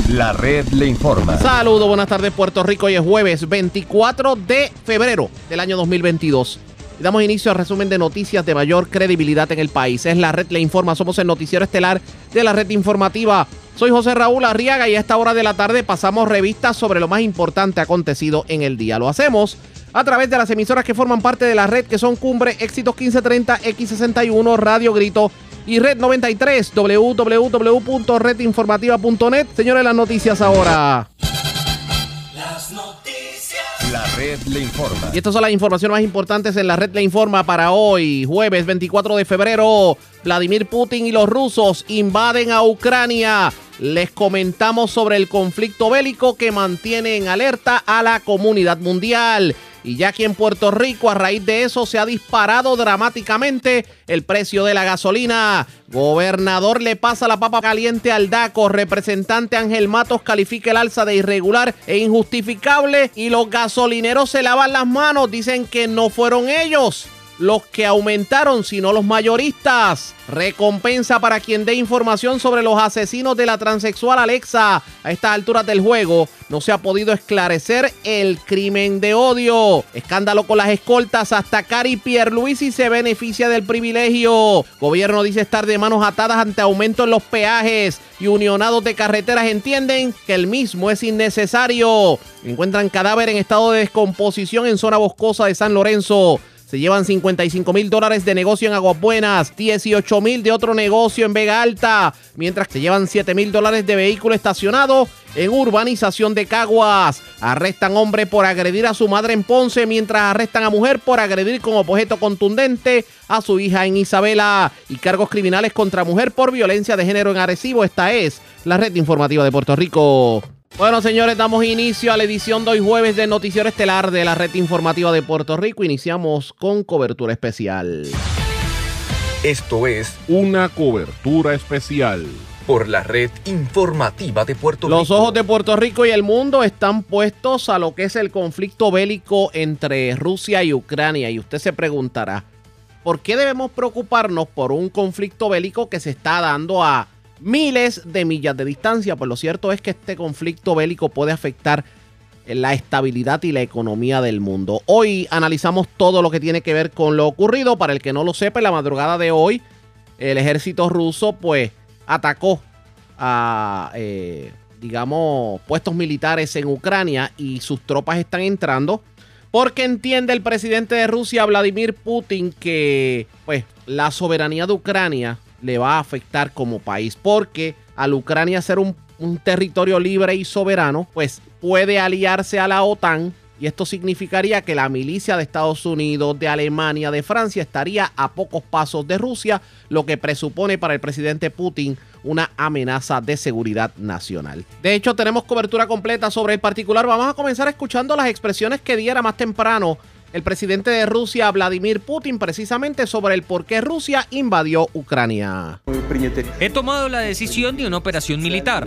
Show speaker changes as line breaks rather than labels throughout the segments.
La red le informa.
Saludos, buenas tardes Puerto Rico. Hoy es jueves 24 de febrero del año 2022. Y damos inicio al resumen de noticias de mayor credibilidad en el país. Es La Red le informa. Somos el noticiero estelar de la red informativa. Soy José Raúl Arriaga y a esta hora de la tarde pasamos revistas sobre lo más importante acontecido en el día. Lo hacemos a través de las emisoras que forman parte de la red, que son Cumbre, Éxitos 1530, X61, Radio Grito y Red 93, www.redinformativa.net. Señores, las noticias ahora.
Las noticias. La red le informa.
Y estas son las informaciones más importantes en La Red le informa para hoy, jueves 24 de febrero. Vladimir Putin y los rusos invaden a Ucrania. Les comentamos sobre el conflicto bélico que mantiene en alerta a la comunidad mundial. Y ya aquí en Puerto Rico, a raíz de eso, se ha disparado dramáticamente el precio de la gasolina. Gobernador le pasa la papa caliente al DACO. Representante Ángel Matos califica el alza de irregular e injustificable. Y los gasolineros se lavan las manos. Dicen que no fueron ellos los que aumentaron, sino los mayoristas. Recompensa para quien dé información sobre los asesinos de la transexual Alexa. A estas alturas del juego no se ha podido esclarecer el crimen de odio. Escándalo con las escoltas. Hasta Cari Pierluisi se beneficia del privilegio. Gobierno dice estar de manos atadas ante aumento en los peajes. Y unionados de carreteras entienden que el mismo es innecesario. Encuentran cadáver en estado de descomposición en zona boscosa de San Lorenzo. Se llevan $55,000 de negocio en Aguas Buenas, $18,000 de otro negocio en Vega Alta, mientras que se llevan $7,000 de vehículo estacionado en urbanización de Caguas. Arrestan hombre por agredir a su madre en Ponce, mientras arrestan a mujer por agredir con objeto contundente a su hija en Isabela. Y cargos criminales contra mujer por violencia de género en Arecibo. Esta es la red informativa de Puerto Rico. Bueno, señores, damos inicio a la edición de hoy jueves del noticiero estelar de la red informativa de Puerto Rico. Iniciamos con cobertura especial.
Esto es
una cobertura especial
por la red informativa de Puerto Rico.
Los ojos de Puerto Rico y el mundo están puestos a lo que es el conflicto bélico entre Rusia y Ucrania. Y usted se preguntará, ¿por qué debemos preocuparnos por un conflicto bélico que se está dando a miles de millas de distancia? Pues lo cierto es que este conflicto bélico puede afectar la estabilidad y la economía del mundo. Hoy analizamos todo lo que tiene que ver con lo ocurrido. Para el que no lo sepa, en la madrugada de hoy, el ejército ruso pues atacó a, puestos militares en Ucrania y sus tropas están entrando porque entiende el presidente de Rusia, Vladimir Putin, que pues la soberanía de Ucrania le va a afectar como país, porque al Ucrania ser un territorio libre y soberano, pues puede aliarse a la OTAN, y esto significaría que la milicia de Estados Unidos, de Alemania, de Francia estaría a pocos pasos de Rusia, lo que presupone para el presidente Putin una amenaza de seguridad nacional. De hecho, tenemos cobertura completa sobre el particular. Vamos a comenzar escuchando las expresiones que diera más temprano el presidente de Rusia, Vladimir Putin, precisamente sobre el por qué Rusia invadió Ucrania.
He tomado la decisión de una operación militar.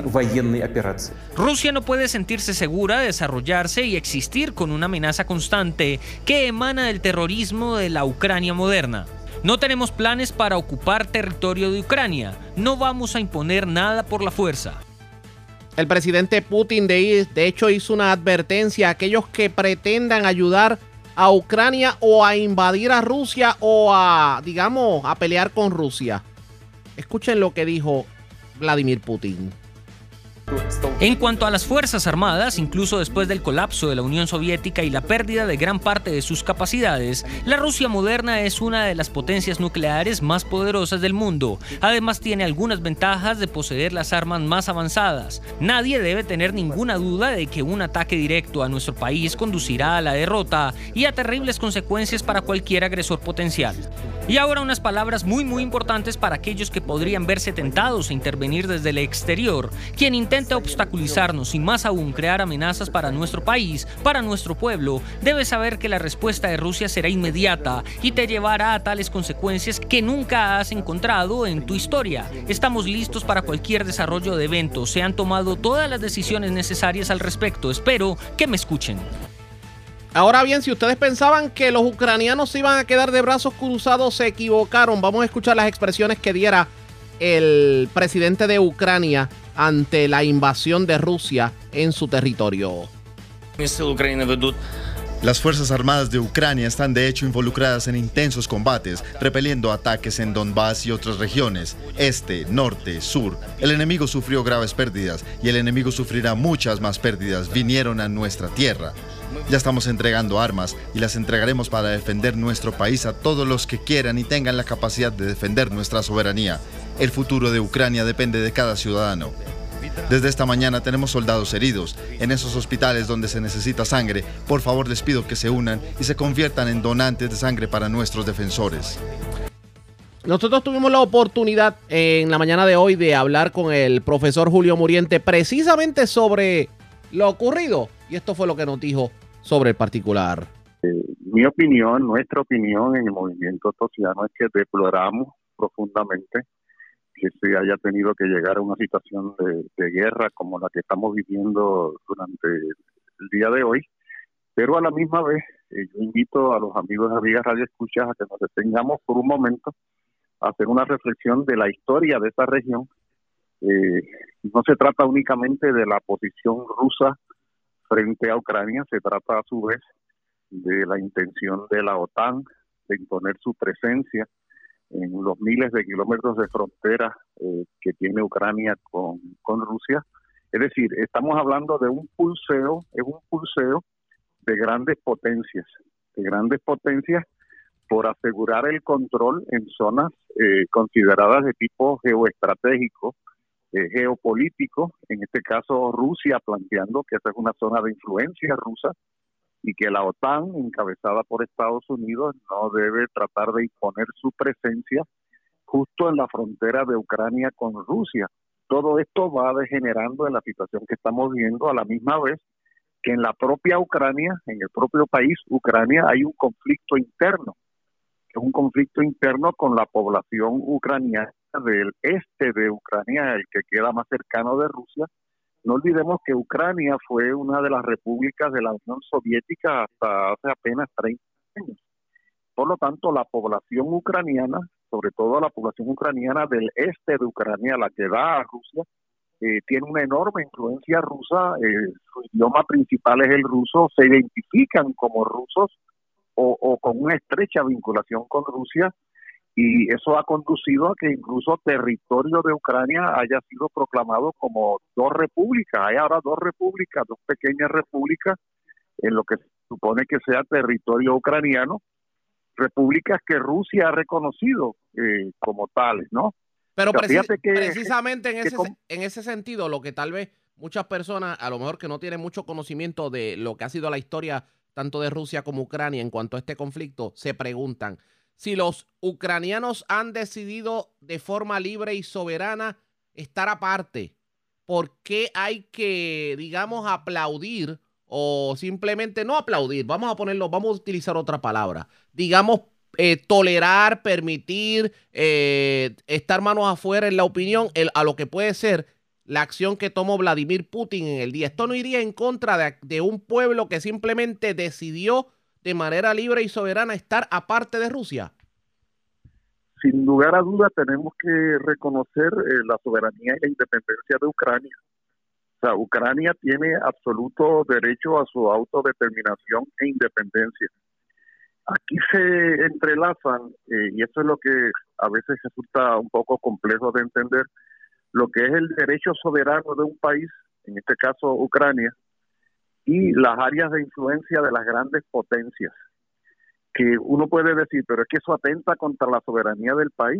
Rusia no puede sentirse segura de desarrollarse y existir con una amenaza constante que emana del terrorismo de la Ucrania moderna. No tenemos planes para ocupar territorio de Ucrania. No vamos a imponer nada por la fuerza.
El presidente Putin de hecho hizo una advertencia a aquellos que pretendan ayudar a Ucrania o a invadir a Rusia o a pelear con Rusia. Escuchen lo que dijo Vladimir Putin.
En cuanto a las Fuerzas Armadas, incluso después del colapso de la Unión Soviética y la pérdida de gran parte de sus capacidades, la Rusia moderna es una de las potencias nucleares más poderosas del mundo. Además, tiene algunas ventajas de poseer las armas más avanzadas. Nadie debe tener ninguna duda de que un ataque directo a nuestro país conducirá a la derrota y a terribles consecuencias para cualquier agresor potencial. Y ahora unas palabras muy importantes para aquellos que podrían verse tentados a intervenir desde el exterior. Quien intente obstaculizarnos y más aún crear amenazas para nuestro país, para nuestro pueblo, debe saber que la respuesta de Rusia será inmediata y te llevará a tales consecuencias que nunca has encontrado en tu historia. Estamos listos para cualquier desarrollo de eventos. Se han tomado todas las decisiones necesarias al respecto. Espero que me escuchen.
Ahora bien, si ustedes pensaban que los ucranianos se iban a quedar de brazos cruzados, se equivocaron. Vamos a escuchar las expresiones que diera el presidente de Ucrania ante la invasión de Rusia en su territorio.
Las Fuerzas Armadas de Ucrania están de hecho involucradas en intensos combates, repeliendo ataques en Donbass y otras regiones, este, norte, sur. El enemigo sufrió graves pérdidas y el enemigo sufrirá muchas más pérdidas. Vinieron a nuestra tierra. Ya estamos entregando armas y las entregaremos para defender nuestro país a todos los que quieran y tengan la capacidad de defender nuestra soberanía. El futuro de Ucrania depende de cada ciudadano. Desde esta mañana tenemos soldados heridos en esos hospitales donde se necesita sangre. Por favor, les pido que se unan y se conviertan en donantes de sangre para nuestros defensores.
Nosotros tuvimos la oportunidad en la mañana de hoy de hablar con el profesor Julio Muriente precisamente sobre lo ocurrido, y esto fue lo que nos dijo sobre el particular.
Mi opinión, nuestra opinión en el movimiento tociano es que deploramos profundamente que se haya tenido que llegar a una situación de guerra como la que estamos viviendo durante el día de hoy, pero a la misma vez yo invito a los amigos y amigas Radio Escuchas a que nos detengamos por un momento a hacer una reflexión de la historia de esta región. No se trata únicamente de la posición rusa frente a Ucrania, se trata a su vez de la intención de la OTAN de imponer su presencia en los miles de kilómetros de frontera que tiene Ucrania con Rusia. Es decir, estamos hablando de un pulseo de grandes potencias por asegurar el control en zonas consideradas de tipo geoestratégico, geopolítico, en este caso Rusia planteando que esta es una zona de influencia rusa y que la OTAN, encabezada por Estados Unidos, no debe tratar de imponer su presencia justo en la frontera de Ucrania con Rusia. Todo esto va degenerando en la situación que estamos viendo, a la misma vez que en la propia Ucrania, en el propio país Ucrania, hay un conflicto interno con la población ucraniana del este de Ucrania, el que queda más cercano de Rusia. No olvidemos que Ucrania fue una de las repúblicas de la Unión Soviética hasta hace apenas 30 años. Por lo tanto, la población ucraniana, sobre todo la población ucraniana del este de Ucrania, la que da a Rusia, tiene una enorme influencia rusa. Su idioma principal es el ruso, se identifican como rusos o con una estrecha vinculación con Rusia, y eso ha conducido a que incluso territorio de Ucrania haya sido proclamado como dos repúblicas. Hay ahora dos repúblicas, dos pequeñas repúblicas en lo que se supone que sea territorio ucraniano, repúblicas que Rusia ha reconocido como tales, ¿no?
Pero
o sea, fíjate que,
precisamente en ese sentido, lo que tal vez muchas personas, a lo mejor que no tienen mucho conocimiento de lo que ha sido la historia tanto de Rusia como Ucrania en cuanto a este conflicto, se preguntan: si los ucranianos han decidido de forma libre y soberana estar aparte, ¿por qué hay que, digamos, aplaudir o simplemente no aplaudir? Vamos a utilizar otra palabra. Digamos, tolerar, permitir, estar manos afuera en la opinión a lo que puede ser la acción que tomó Vladimir Putin en el día. Esto no iría en contra de un pueblo que simplemente decidió de manera libre y soberana estar aparte de Rusia.
Sin lugar a duda tenemos que reconocer la soberanía y la independencia de Ucrania. O sea, Ucrania tiene absoluto derecho a su autodeterminación e independencia. Aquí se entrelazan, y eso es lo que a veces resulta un poco complejo de entender, lo que es el derecho soberano de un país, en este caso Ucrania, y las áreas de influencia de las grandes potencias, que uno puede decir, pero es que eso atenta contra la soberanía del país.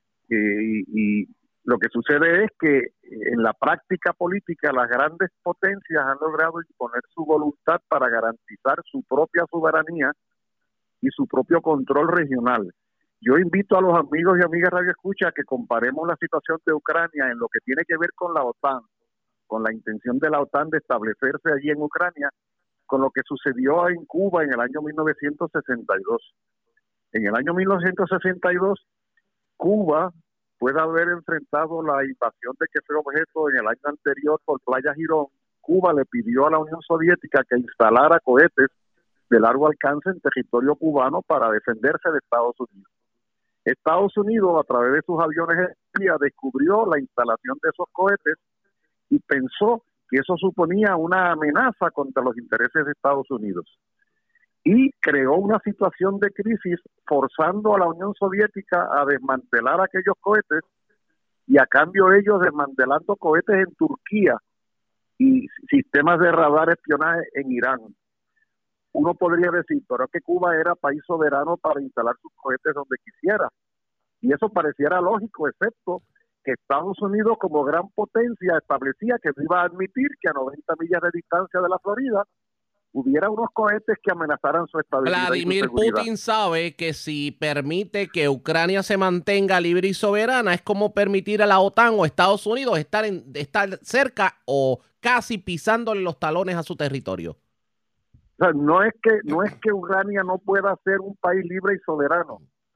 Y lo que sucede es que en la práctica política las grandes potencias han logrado imponer su voluntad para garantizar su propia soberanía y su propio control regional. Yo invito a los amigos y amigas Radio Escucha a que comparemos la situación de Ucrania en lo que tiene que ver con la OTAN, con la intención de la OTAN de establecerse allí en Ucrania, con lo que sucedió en Cuba en el año 1962. En el año 1962, Cuba puede haber enfrentado la invasión de que fue objeto en el año anterior por Playa Girón. Cuba le pidió a la Unión Soviética que instalara cohetes de largo alcance en territorio cubano para defenderse de Estados Unidos. Estados Unidos, a través de sus aviones espía, descubrió la instalación de esos cohetes y pensó que eso suponía una amenaza contra los intereses de Estados Unidos. Y creó una situación de crisis forzando a la Unión Soviética a desmantelar aquellos cohetes y a cambio ellos desmantelando cohetes en Turquía y sistemas de radar espionaje en Irán. Uno podría decir, pero es que Cuba era país soberano para instalar sus cohetes donde quisiera. Y eso pareciera lógico, excepto que Estados Unidos como gran potencia establecía que no iba a admitir que a 90 millas de distancia de la Florida hubiera unos cohetes que amenazaran su estabilidad.
Vladimir
y su seguridad.
Putin sabe que si permite que Ucrania se mantenga libre y soberana, es como permitir a la OTAN o Estados Unidos estar cerca o casi pisándole los talones a su territorio.
O sea, no es que Ucrania no pueda ser un país libre y soberano.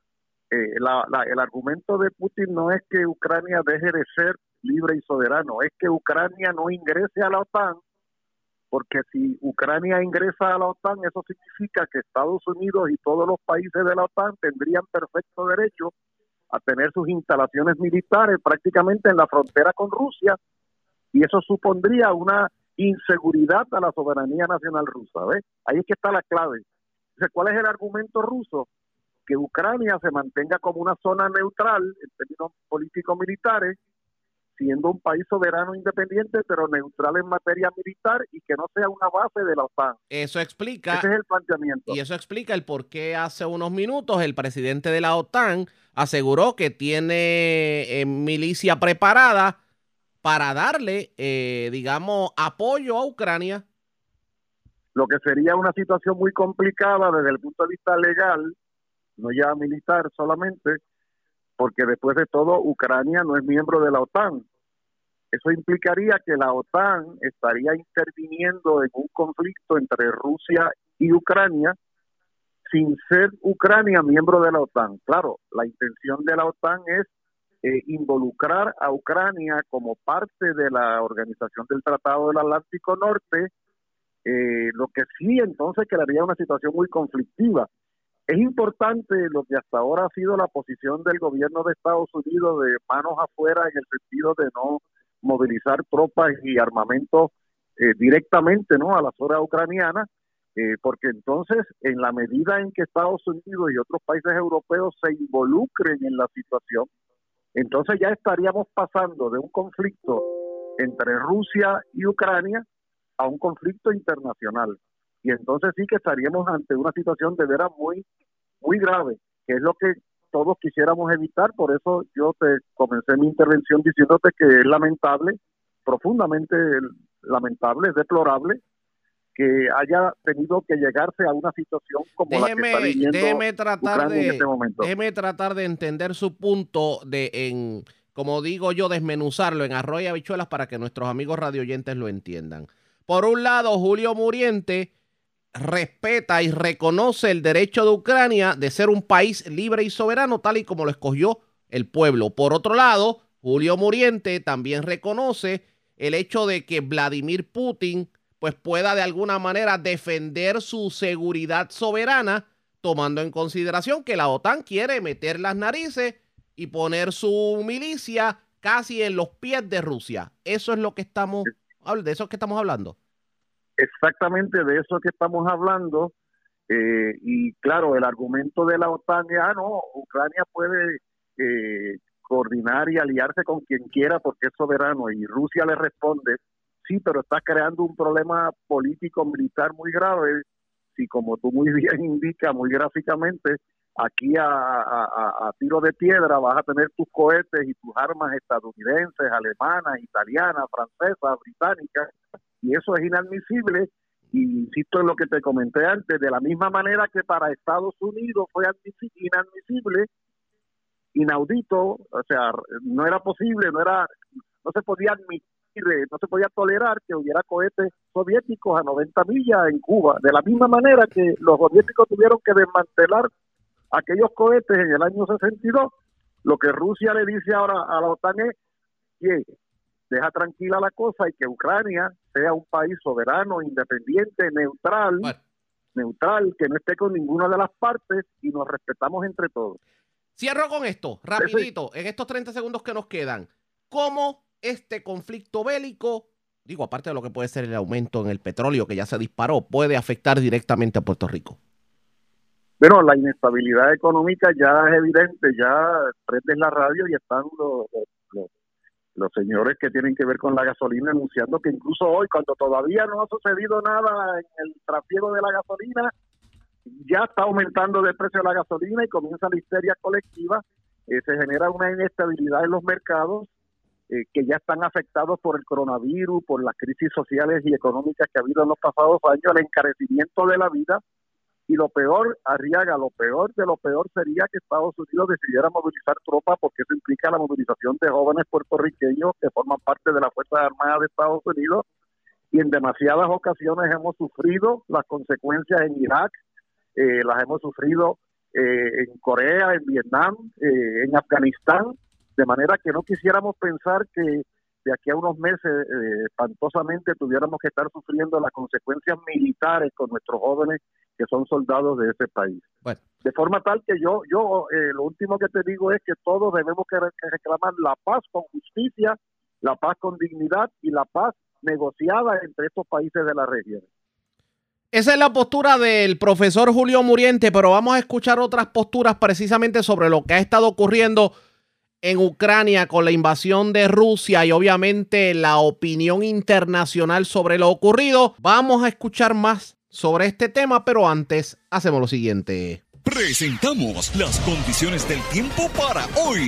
El argumento de Putin no es que Ucrania deje de ser libre y soberano, es que Ucrania no ingrese a la OTAN, porque si Ucrania ingresa a la OTAN, eso significa que Estados Unidos y todos los países de la OTAN tendrían perfecto derecho a tener sus instalaciones militares prácticamente en la frontera con Rusia, y eso supondría una inseguridad a la soberanía nacional rusa. ¿Ves? Ahí es que está la clave. Entonces, ¿cuál es el argumento ruso? Que Ucrania se mantenga como una zona neutral en términos político-militares, siendo un país soberano independiente, pero neutral en materia militar y que no sea una base de la OTAN.
Eso explica.
Ese es el planteamiento.
Y eso explica el por qué hace unos minutos el presidente de la OTAN aseguró que tiene milicia preparada para darle, digamos, apoyo a Ucrania.
Lo que sería una situación muy complicada desde el punto de vista legal, no ya militar solamente, porque después de todo Ucrania no es miembro de la OTAN. Eso implicaría que la OTAN estaría interviniendo en un conflicto entre Rusia y Ucrania sin ser Ucrania miembro de la OTAN. Claro, la intención de la OTAN es involucrar a Ucrania como parte de la Organización del Tratado del Atlántico Norte, lo que sí entonces crearía una situación muy conflictiva. Es importante lo que hasta ahora ha sido la posición del gobierno de Estados Unidos de manos afuera en el sentido de no movilizar tropas y armamento directamente, ¿no?, a las zonas ucranianas, porque entonces en la medida en que Estados Unidos y otros países europeos se involucren en la situación, entonces ya estaríamos pasando de un conflicto entre Rusia y Ucrania a un conflicto internacional. Y entonces sí que estaríamos ante una situación de veras muy, muy grave, que es lo que todos quisiéramos evitar. Por eso yo te comencé mi intervención diciéndote que es lamentable, profundamente lamentable, es deplorable que haya tenido que llegarse a una situación como la que está viviendo Ucrania en este momento.
Déjeme tratar de entender su punto como digo yo, desmenuzarlo en arroz y habichuelas para que nuestros amigos radioyentes lo entiendan. Por un lado, Julio Muriente respeta y reconoce el derecho de Ucrania de ser un país libre y soberano, tal y como lo escogió el pueblo. Por otro lado, Julio Muriente también reconoce el hecho de que Vladimir Putin pues pueda de alguna manera defender su seguridad soberana, tomando en consideración que la OTAN quiere meter las narices y poner su milicia casi en los pies de Rusia. Eso es de eso es que estamos hablando.
Exactamente de eso que estamos hablando, y claro, el argumento de la OTAN es, no, Ucrania puede coordinar y aliarse con quien quiera porque es soberano, y Rusia le responde, sí, pero está creando un problema político militar muy grave, si como tú muy bien indicas, muy gráficamente, aquí a tiro de piedra vas a tener tus cohetes y tus armas estadounidenses, alemanas, italianas, francesas, británicas, y eso es inadmisible, y insisto en lo que te comenté antes, de la misma manera que para Estados Unidos fue inadmisible, inaudito, o sea, no era posible, no se podía admitir, no se podía tolerar que hubiera cohetes soviéticos a 90 millas en Cuba, de la misma manera que los soviéticos tuvieron que desmantelar aquellos cohetes en el año 62, lo que Rusia le dice ahora a la OTAN es que deja tranquila la cosa y que Ucrania sea un país soberano, independiente, neutral, que no esté con ninguna de las partes y nos respetamos entre todos.
Cierro con esto, rapidito, en estos 30 segundos que nos quedan. ¿Cómo este conflicto bélico, digo, aparte de lo que puede ser el aumento en el petróleo que ya se disparó, puede afectar directamente a Puerto Rico?
Bueno, la inestabilidad económica ya es evidente, ya prendes la radio y están los señores que tienen que ver con la gasolina anunciando que incluso hoy, cuando todavía no ha sucedido nada en el trasiego de la gasolina, ya está aumentando el precio de la gasolina y comienza la histeria colectiva. Se genera una inestabilidad en los mercados que ya están afectados por el coronavirus, por las crisis sociales y económicas que ha habido en los pasados años, el encarecimiento de la vida. Y lo peor, Arriaga, lo peor de lo peor sería que Estados Unidos decidiera movilizar tropas, porque eso implica la movilización de jóvenes puertorriqueños que forman parte de las Fuerzas Armadas de Estados Unidos, y en demasiadas ocasiones hemos sufrido las consecuencias en Irak, las hemos sufrido en Corea, en Vietnam, en Afganistán, de manera que no quisiéramos pensar que de aquí a unos meses espantosamente tuviéramos que estar sufriendo las consecuencias militares con nuestros jóvenes que son soldados de ese país. Bueno. De forma tal que yo lo último que te digo es que todos debemos que reclamar la paz con justicia, la paz con dignidad y la paz negociada entre estos países de la región.
Esa es la postura del profesor Julio Muriente, pero vamos a escuchar otras posturas precisamente sobre lo que ha estado ocurriendo en Ucrania con la invasión de Rusia y obviamente la opinión internacional sobre lo ocurrido. Vamos a escuchar más sobre este tema, pero antes hacemos lo siguiente.
Presentamos las condiciones del tiempo para hoy.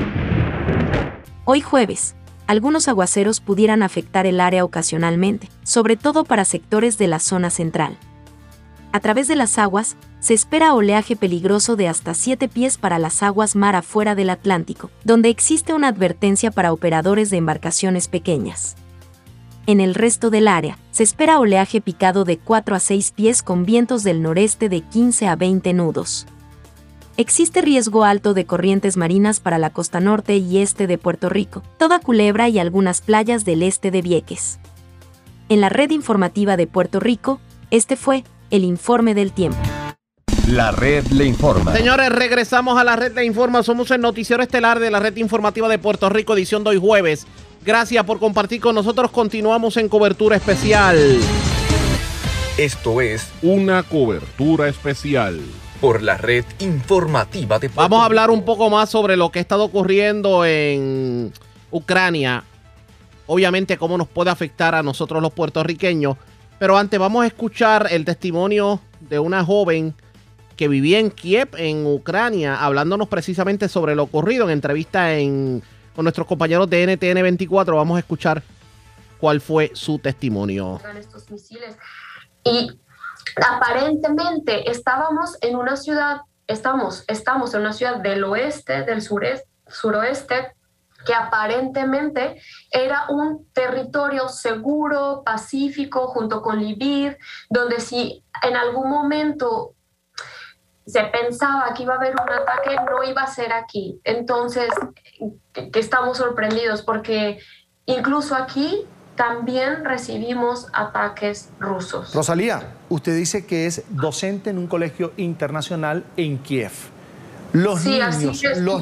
Hoy jueves, algunos aguaceros pudieran afectar el área ocasionalmente, sobre todo para sectores de la zona central. A través de las aguas, se espera oleaje peligroso de hasta 7 pies para las aguas mar afuera del Atlántico, donde existe una advertencia para operadores de embarcaciones pequeñas. En el resto del área, se espera oleaje picado de 4 a 6 pies con vientos del noreste de 15 a 20 nudos. Existe riesgo alto de corrientes marinas para la costa norte y este de Puerto Rico, toda Culebra y algunas playas del este de Vieques. En la red informativa de Puerto Rico, este fue el informe del tiempo.
La red le informa.
Señores, regresamos a la red le informa. Somos el noticiero estelar de la red informativa de Puerto Rico, edición de hoy jueves. Gracias por compartir con nosotros. Continuamos en cobertura especial.
Esto es
una cobertura especial
por la red informativa de Puerto
Vamos a hablar
Rico.
un poco más sobre lo que ha estado ocurriendo en Ucrania. Obviamente, cómo nos puede afectar a nosotros los puertorriqueños. Pero antes vamos a escuchar el testimonio de una joven que vivía en Kiev, en Ucrania, hablándonos precisamente sobre lo ocurrido en entrevista con nuestros compañeros de NTN 24. Vamos a escuchar cuál fue su testimonio.
Estos misiles. Y aparentemente estamos en una ciudad del oeste, del suroeste, que aparentemente era un territorio seguro, pacífico, junto con Lviv, donde si en algún momento se pensaba que iba a haber un ataque, no iba a ser aquí. Entonces, que estamos sorprendidos porque incluso aquí también recibimos ataques rusos.
Rosalía, usted dice que es docente en un colegio internacional en Kiev. Los niños,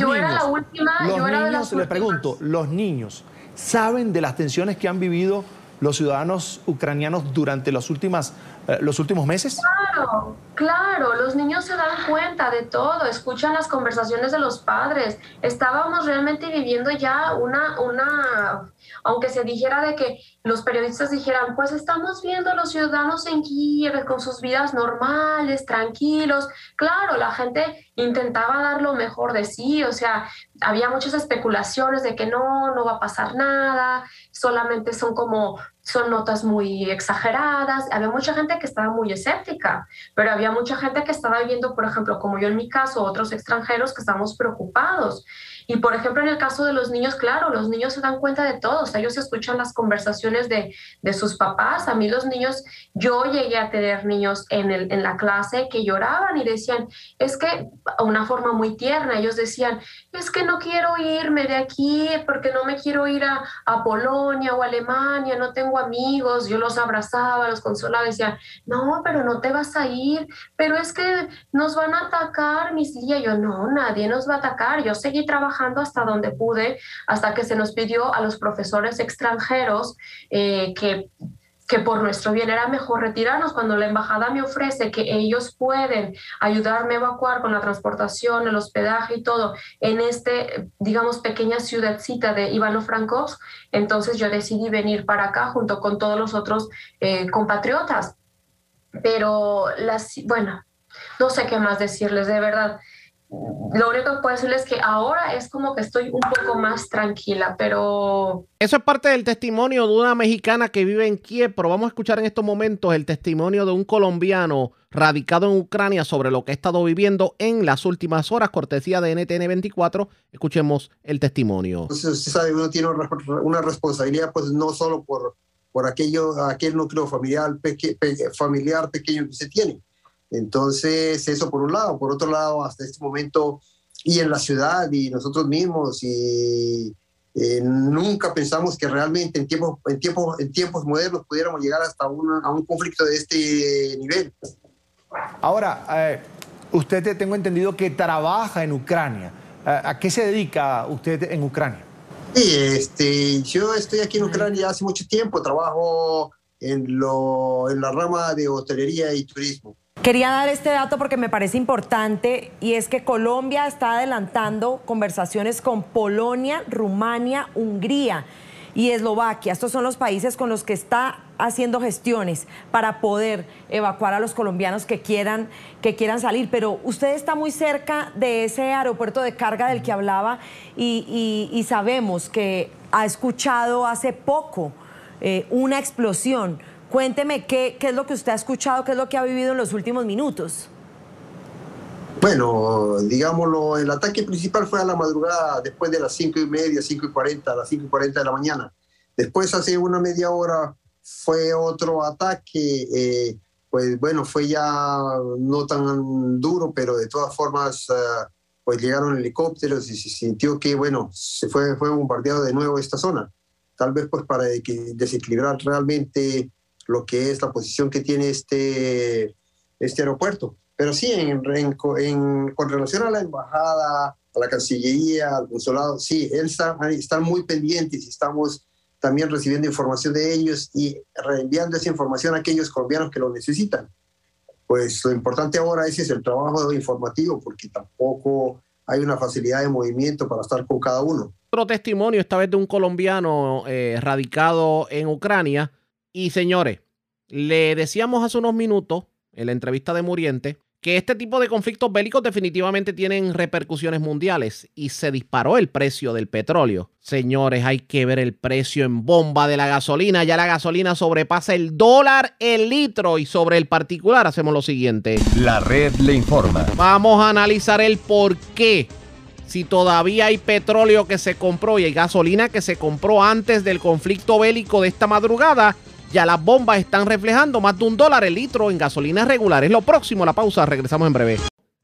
le pregunto, ¿los niños saben de las tensiones que han vivido los ciudadanos ucranianos durante los últimos meses?
Claro, los niños se dan cuenta de todo, escuchan las conversaciones de los padres. Estábamos realmente viviendo ya aunque se dijera de que los periodistas dijeran, pues estamos viendo a los ciudadanos en Kiev con sus vidas normales, tranquilos. Claro, la gente intentaba dar lo mejor de sí, o sea, había muchas especulaciones de que no va a pasar nada, solamente son notas muy exageradas. Había mucha gente que estaba muy escéptica, pero había mucha gente que estaba viviendo, por ejemplo, como yo en mi caso, otros extranjeros que estábamos preocupados. Y, por ejemplo, en el caso de los niños, claro, los niños se dan cuenta de todo. O sea, ellos escuchan las conversaciones de sus papás. A mí los niños, yo llegué a tener niños en la clase que lloraban y decían, es que, a una forma muy tierna, ellos decían, es que no quiero irme de aquí porque no me quiero ir a Polonia o Alemania, no tengo luego amigos, yo los abrazaba, los consolaba, decía, no, pero no te vas a ir, pero es que nos van a atacar, Miss Lía. Yo, no, nadie nos va a atacar. Yo seguí trabajando hasta donde pude, hasta que se nos pidió a los profesores extranjeros que por nuestro bien era mejor retirarnos. Cuando la embajada me ofrece que ellos pueden ayudarme a evacuar con la transportación, el hospedaje y todo en digamos, pequeña ciudadcita de Ivano-Frankivsk, entonces yo decidí venir para acá junto con todos los otros compatriotas. Pero, bueno, no sé qué más decirles, de verdad. Lo único que puedo decirles es que ahora es como que estoy un poco más tranquila, pero...
Eso es parte del testimonio de una mexicana que vive en Kiev, pero vamos a escuchar en estos momentos el testimonio de un colombiano radicado en Ucrania sobre lo que ha estado viviendo en las últimas horas, cortesía de NTN 24. Escuchemos el testimonio.
Entonces, usted sabe, uno tiene una responsabilidad, pues no solo por aquel núcleo familiar pequeño que se tiene. Entonces, eso por un lado. Por otro lado, hasta este momento, y en la ciudad, y nosotros mismos, nunca pensamos que realmente en tiempos modernos pudiéramos llegar hasta a un conflicto de este nivel.
Ahora, usted tengo entendido que trabaja en Ucrania. ¿A qué se dedica usted en Ucrania?
Sí, yo estoy aquí en Ucrania hace mucho tiempo. Trabajo en la rama de hotelería y turismo.
Quería dar este dato porque me parece importante, y es que Colombia está adelantando conversaciones con Polonia, Rumania, Hungría y Eslovaquia. Estos son los países con los que está haciendo gestiones para poder evacuar a los colombianos que quieran salir. Pero usted está muy cerca de ese aeropuerto de carga del que hablaba y sabemos que ha escuchado hace poco una explosión. Cuénteme qué es lo que usted ha escuchado, qué es lo que ha vivido en los últimos minutos.
Bueno, digámoslo, el ataque principal fue a la madrugada, después de las 5:30, 5:40, a las 5:40 de la mañana. Después, hace una media hora, fue otro ataque, pues bueno, fue ya no tan duro, pero de todas formas, pues llegaron helicópteros y se sintió que, bueno, fue bombardeado de nuevo esta zona. Tal vez pues para desequilibrar realmente lo que es la posición que tiene este aeropuerto. Pero sí, con relación a la embajada, a la Cancillería, al consulado, sí, están muy pendientes y estamos también recibiendo información de ellos y reenviando esa información a aquellos colombianos que lo necesitan. Pues lo importante ahora es el trabajo informativo, porque tampoco hay una facilidad de movimiento para estar con cada uno.
Otro testimonio, esta vez de un colombiano radicado en Ucrania. Y señores, le decíamos hace unos minutos en la entrevista de Muriente que este tipo de conflictos bélicos definitivamente tienen repercusiones mundiales y se disparó el precio del petróleo. Señores, hay que ver el precio en bomba de la gasolina. Ya la gasolina sobrepasa el $1 el litro, y sobre el particular hacemos lo siguiente.
La red le informa.
Vamos a analizar el por qué. Si todavía hay petróleo que se compró y hay gasolina que se compró antes del conflicto bélico de esta madrugada, ya las bombas están reflejando más de $1 el litro en gasolina regular. Es lo próximo, la pausa, regresamos en breve.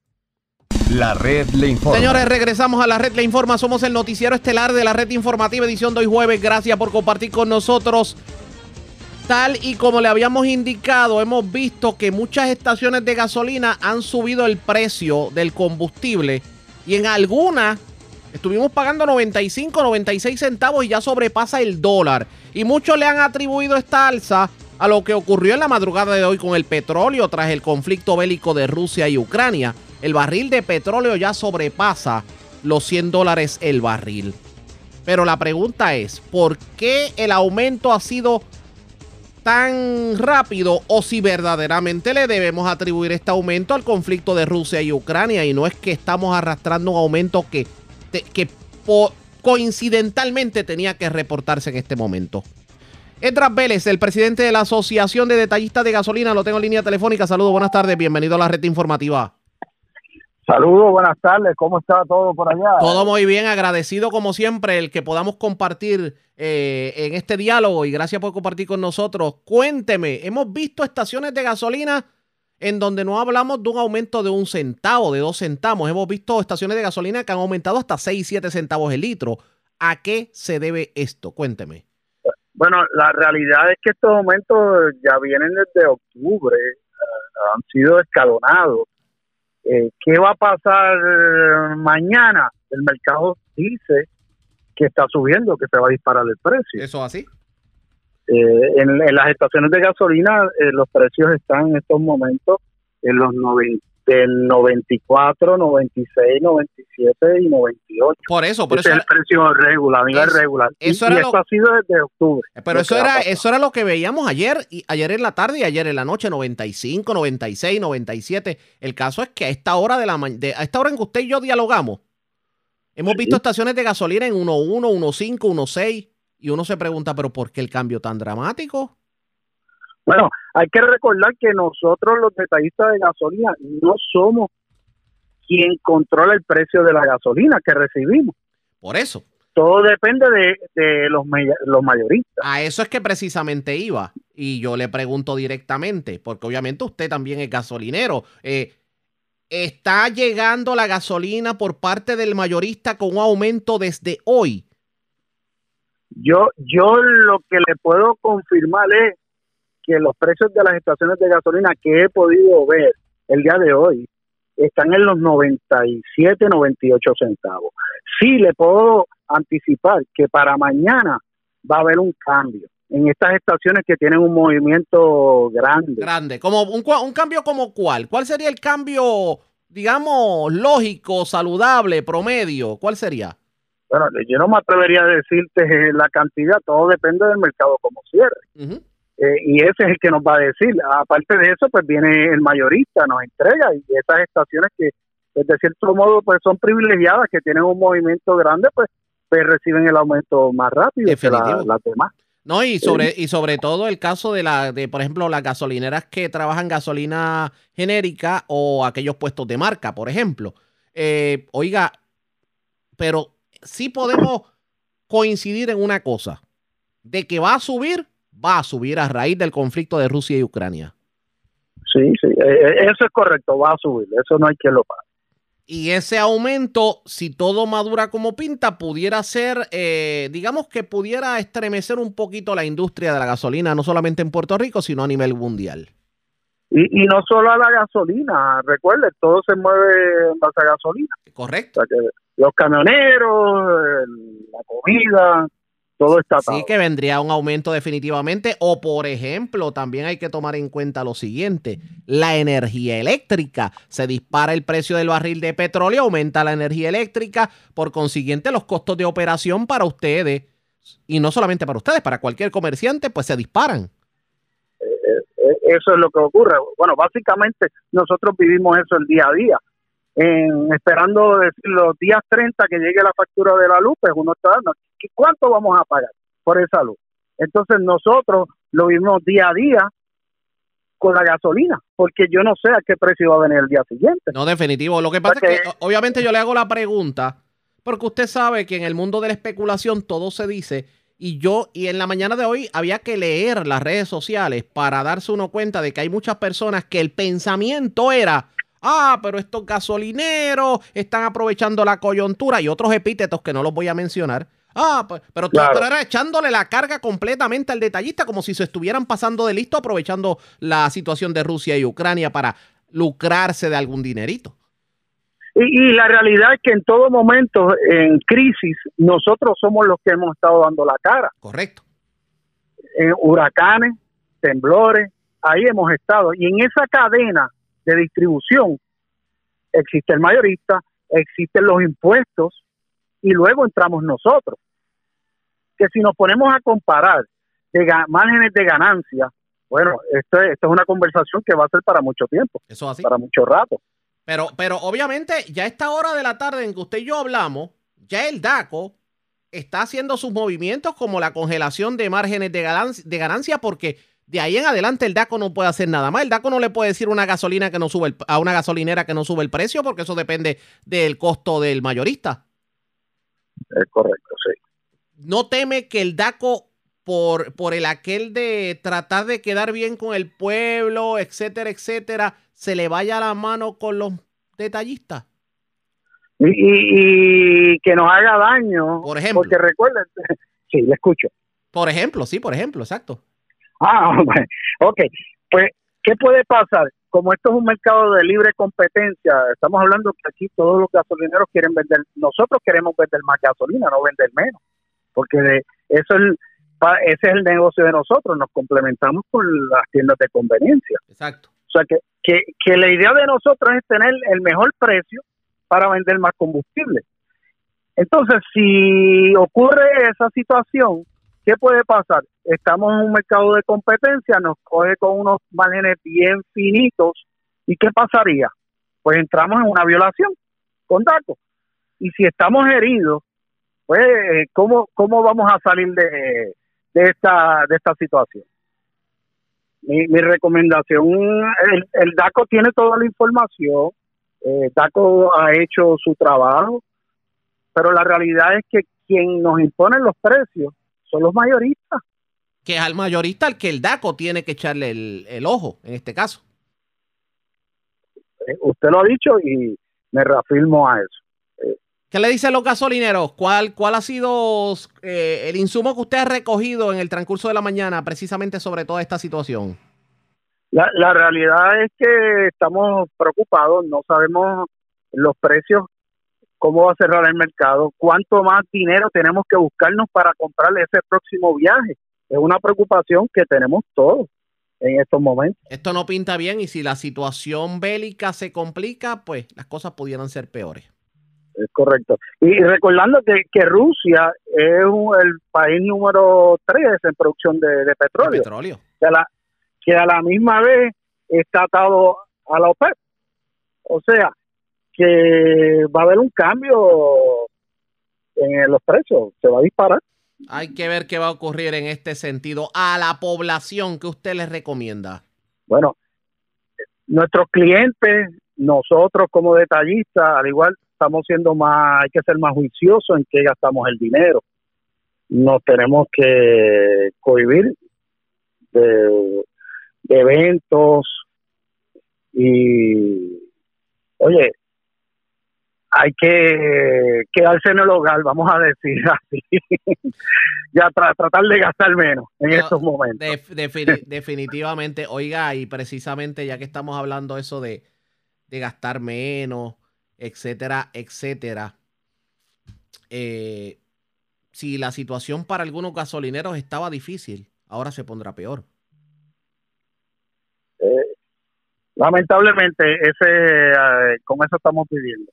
La red le informa.
Señores, regresamos a la red le informa. Somos el noticiero estelar de la red informativa, edición de hoy jueves. Gracias por compartir con nosotros. Tal y como le habíamos indicado, hemos visto que muchas estaciones de gasolina han subido el precio del combustible y en algunas estuvimos pagando 95, 96 centavos y ya sobrepasa el $1. Y muchos le han atribuido esta alza a lo que ocurrió en la madrugada de hoy con el petróleo tras el conflicto bélico de Rusia y Ucrania. El barril de petróleo ya sobrepasa los $100 el barril. Pero la pregunta es, ¿por qué el aumento ha sido tan rápido, o si verdaderamente le debemos atribuir este aumento al conflicto de Rusia y Ucrania y no es que estamos arrastrando un aumento que coincidentalmente tenía que reportarse en este momento? Edras Vélez, el presidente de la Asociación de Detallistas de Gasolina, lo tengo en línea telefónica. Saludos, buenas tardes, bienvenido a la red informativa.
Saludos, buenas tardes, ¿cómo está todo por allá?
Todo muy bien, agradecido como siempre el que podamos compartir en este diálogo y gracias por compartir con nosotros. Cuénteme, hemos visto estaciones de gasolina en donde no hablamos de un aumento de 1 centavo, de 2 centavos. Hemos visto estaciones de gasolina que han aumentado hasta 6, 7 centavos el litro. ¿A qué se debe esto? Cuénteme.
Bueno, la realidad es que estos aumentos ya vienen desde octubre, han sido escalonados. ¿Qué va a pasar mañana? El mercado dice que está subiendo, que se va a disparar el precio.
¿Eso así?
En las estaciones de gasolina los precios están en estos momentos en los 94, 96, 97 y 98.
Por eso
es el precio regular, a nivel regular.
Eso
y esto ha sido desde octubre.
Pero eso era lo que veíamos ayer en la tarde y ayer en la noche, 95, 96, 97. El caso es que a esta hora a esta hora en que usted y yo dialogamos, hemos visto estaciones de gasolina en 1.1, 1.5, 1.6 y uno se pregunta, ¿pero por qué el cambio tan dramático?
Bueno, hay que recordar que nosotros los detallistas de gasolina no somos quien controla el precio de la gasolina que recibimos.
Por eso.
Todo depende de los mayoristas.
A eso es que precisamente iba. Y yo le pregunto directamente, porque obviamente usted también es gasolinero. ¿Está llegando la gasolina por parte del mayorista con un aumento desde hoy?
Yo lo que le puedo confirmar es que los precios de las estaciones de gasolina que he podido ver el día de hoy están en los 97, 98 centavos. Sí le puedo anticipar que para mañana va a haber un cambio en estas estaciones que tienen un movimiento grande.
Grande, como un cambio como ¿cuál? ¿Cuál sería el cambio, digamos, lógico, saludable, promedio? ¿Cuál sería?
Bueno, yo no me atrevería a decirte la cantidad, todo depende del mercado como cierre. Y ese es el que nos va a decir. Aparte de eso, pues viene el mayorista, nos entrega, y esas estaciones que, pues, de cierto modo, pues son privilegiadas, que tienen un movimiento grande, pues reciben el aumento más rápido que las demás.
No, y sobre todo el caso de por ejemplo, las gasolineras que trabajan gasolina genérica o aquellos puestos de marca, por ejemplo. Oiga, pero sí podemos coincidir en una cosa, de que va a subir a raíz del conflicto de Rusia y Ucrania.
Sí, eso es correcto, va a subir, eso no hay que lo pague.
Y ese aumento, si todo madura como pinta, pudiera ser, digamos que pudiera estremecer un poquito la industria de la gasolina, no solamente en Puerto Rico, sino a nivel mundial.
Y no solo a la gasolina, recuerde, todo se mueve en base a gasolina.
Correcto.
O sea que los camioneros, la comida, todo está atado.
Sí, que vendría un aumento definitivamente. O, por ejemplo, también hay que tomar en cuenta lo siguiente: la energía eléctrica. Se dispara el precio del barril de petróleo, aumenta la energía eléctrica, por consiguiente los costos de operación para ustedes, y no solamente para ustedes, para cualquier comerciante, pues se disparan.
Eso es lo que ocurre. Bueno, básicamente nosotros vivimos eso el día a día. Esperando decir los días 30 que llegue la factura de la luz, pues uno está dando, ¿cuánto vamos a pagar por esa luz? Entonces nosotros lo vivimos día a día con la gasolina, porque yo no sé a qué precio va a venir el día siguiente.
No, definitivo. Lo que pasa es que obviamente yo le hago la pregunta porque usted sabe que en el mundo de la especulación todo se dice, y en la mañana de hoy había que leer las redes sociales para darse uno cuenta de que hay muchas personas que el pensamiento era: pero estos gasolineros están aprovechando la coyuntura, y otros epítetos que no los voy a mencionar. Pero era echándole la carga completamente al detallista, como si se estuvieran pasando de listo, aprovechando la situación de Rusia y Ucrania para lucrarse de algún dinerito.
Y la realidad es que en todo momento, en crisis, nosotros somos los que hemos estado dando la cara.
Correcto.
En huracanes, temblores, ahí hemos estado. Y en esa cadena de distribución existe el mayorista, existen los impuestos, y luego entramos nosotros. Que si nos ponemos a comparar márgenes de ganancia, bueno, esto es una conversación que va a ser para mucho tiempo.
Eso así.
Para mucho rato.
Pero obviamente ya a esta hora de la tarde en que usted y yo hablamos, ya el DACO está haciendo sus movimientos, como la congelación de márgenes de ganancia, porque de ahí en adelante el DACO no puede hacer nada más. El DACO no le puede decir a una gasolinera que no sube el precio, porque eso depende del costo del mayorista.
Es correcto, sí.
¿No teme que el DACO, por el aquel de tratar de quedar bien con el pueblo, etcétera, etcétera, se le vaya la mano con los detallistas?
Y que nos haga daño.
Por ejemplo.
Porque recuerden, sí, le escucho.
Por ejemplo, exacto.
Bueno, ok. Pues, ¿qué puede pasar? Como esto es un mercado de libre competencia, estamos hablando que aquí todos los gasolineros quieren vender, nosotros queremos vender más gasolina, no vender menos, porque ese es el negocio de nosotros, nos complementamos con las tiendas de conveniencia.
Exacto.
O sea, que la idea de nosotros es tener el mejor precio para vender más combustible. Entonces, si ocurre esa situación, ¿qué puede pasar? Estamos en un mercado de competencia, nos coge con unos márgenes bien finitos, ¿y qué pasaría? Pues entramos en una violación con DACO. Y si estamos heridos, pues, ¿cómo vamos a salir de esta situación? Mi recomendación, el DACO tiene toda la información, DACO ha hecho su trabajo, pero la realidad es que quien nos impone los precios son los mayoristas.
Que es al mayorista al que el DACO tiene que echarle el ojo, en este caso.
Usted lo ha dicho y me reafirmo a eso.
¿Qué le dicen los gasolineros? ¿Cuál ha sido el insumo que usted ha recogido en el transcurso de la mañana precisamente sobre toda esta situación?
La realidad es que estamos preocupados, no sabemos los precios, cómo va a cerrar el mercado, cuánto más dinero tenemos que buscarnos para comprar ese próximo viaje. Es una preocupación que tenemos todos en estos momentos.
Esto no pinta bien y si la situación bélica se complica, pues las cosas pudieran ser peores.
Es correcto. Y recordando que Rusia es el país número 3 en producción de petróleo. Que a la misma vez está atado a la OPEP. O sea, que va a haber un cambio en los precios, se va a disparar.
Hay que ver qué va a ocurrir en este sentido. A la población, ¿qué usted les recomienda?
Bueno, nuestros clientes, nosotros como detallistas, al igual estamos siendo hay que ser más juiciosos en qué gastamos el dinero. Nos tenemos que cohibir de eventos y, oye, hay que quedarse en el hogar, vamos a decir así, ya tratar de gastar menos en estos momentos.
Definitivamente, oiga, y precisamente ya que estamos hablando eso de gastar menos, etcétera, etcétera, si la situación para algunos gasolineros estaba difícil, ahora se pondrá peor.
Lamentablemente, con eso estamos viviendo.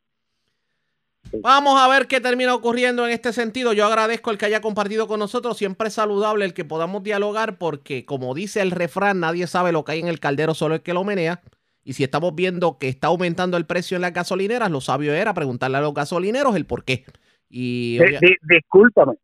Vamos a ver qué termina ocurriendo en este sentido. Yo agradezco el que haya compartido con nosotros. Siempre es saludable el que podamos dialogar porque, como dice el refrán, nadie sabe lo que hay en el caldero, solo el que lo menea. Y si estamos viendo que está aumentando el precio en las gasolineras, lo sabio era preguntarle a los gasolineros el por qué. Y
discúlpame,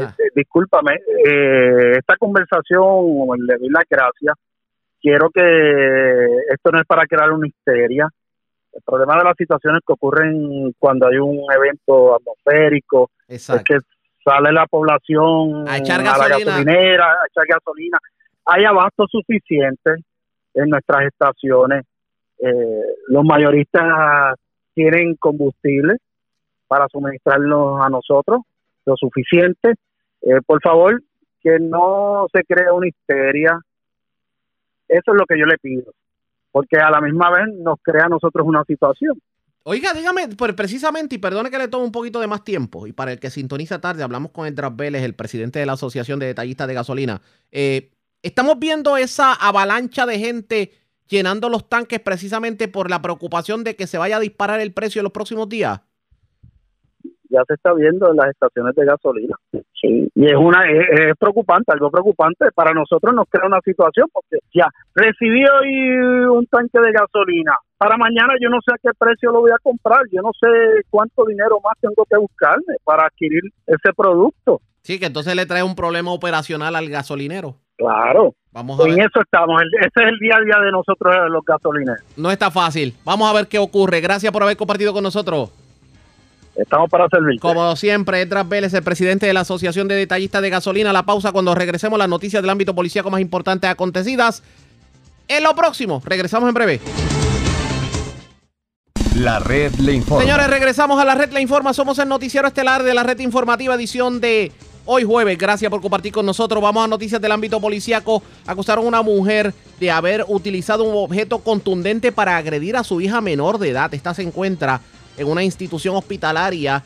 esta conversación le doy las gracias. Quiero que esto no es para crear una histeria. El problema de las situaciones que ocurren cuando hay un evento atmosférico es que sale la población
a echar
la gasolinera, a echar gasolina. Hay abasto suficiente en nuestras estaciones. Los mayoristas tienen combustible para suministrarnos a nosotros, lo suficiente. Por favor, que no se cree una histeria. Eso es lo que yo le pido, porque a la misma vez nos crea a nosotros una situación.
Oiga, dígame, precisamente, y perdone que le tome un poquito de más tiempo, y para el que sintoniza tarde, hablamos con Edras Vélez, el presidente de la Asociación de Detallistas de Gasolina. Estamos viendo esa avalancha de gente llenando los tanques precisamente por la preocupación de que se vaya a disparar el precio en los próximos días.
Ya se está viendo en las estaciones de gasolina. Sí. Y es preocupante, algo preocupante. Para nosotros nos crea una situación porque ya recibí hoy un tanque de gasolina. Para mañana yo no sé a qué precio lo voy a comprar. Yo no sé cuánto dinero más tengo que buscarme para adquirir ese producto.
Sí, que entonces le trae un problema operacional al gasolinero.
Claro.
Vamos a ver.
En eso estamos. Ese es el día a día de nosotros los gasolineros.
No está fácil. Vamos a ver qué ocurre. Gracias por haber compartido con nosotros.
Estamos para servir.
Como siempre, Edras Vélez, el presidente de la Asociación de Detallistas de Gasolina. La pausa cuando regresemos, las noticias del ámbito policíaco más importantes acontecidas. En lo próximo, regresamos en breve.
La Red Le Informa.
Señores, regresamos a La Red Le Informa. Somos el noticiero estelar de La Red Informativa, edición de hoy jueves. Gracias por compartir con nosotros. Vamos a noticias del ámbito policíaco. Acusaron a una mujer de haber utilizado un objeto contundente para agredir a su hija menor de edad. Esta se encuentra en una institución hospitalaria,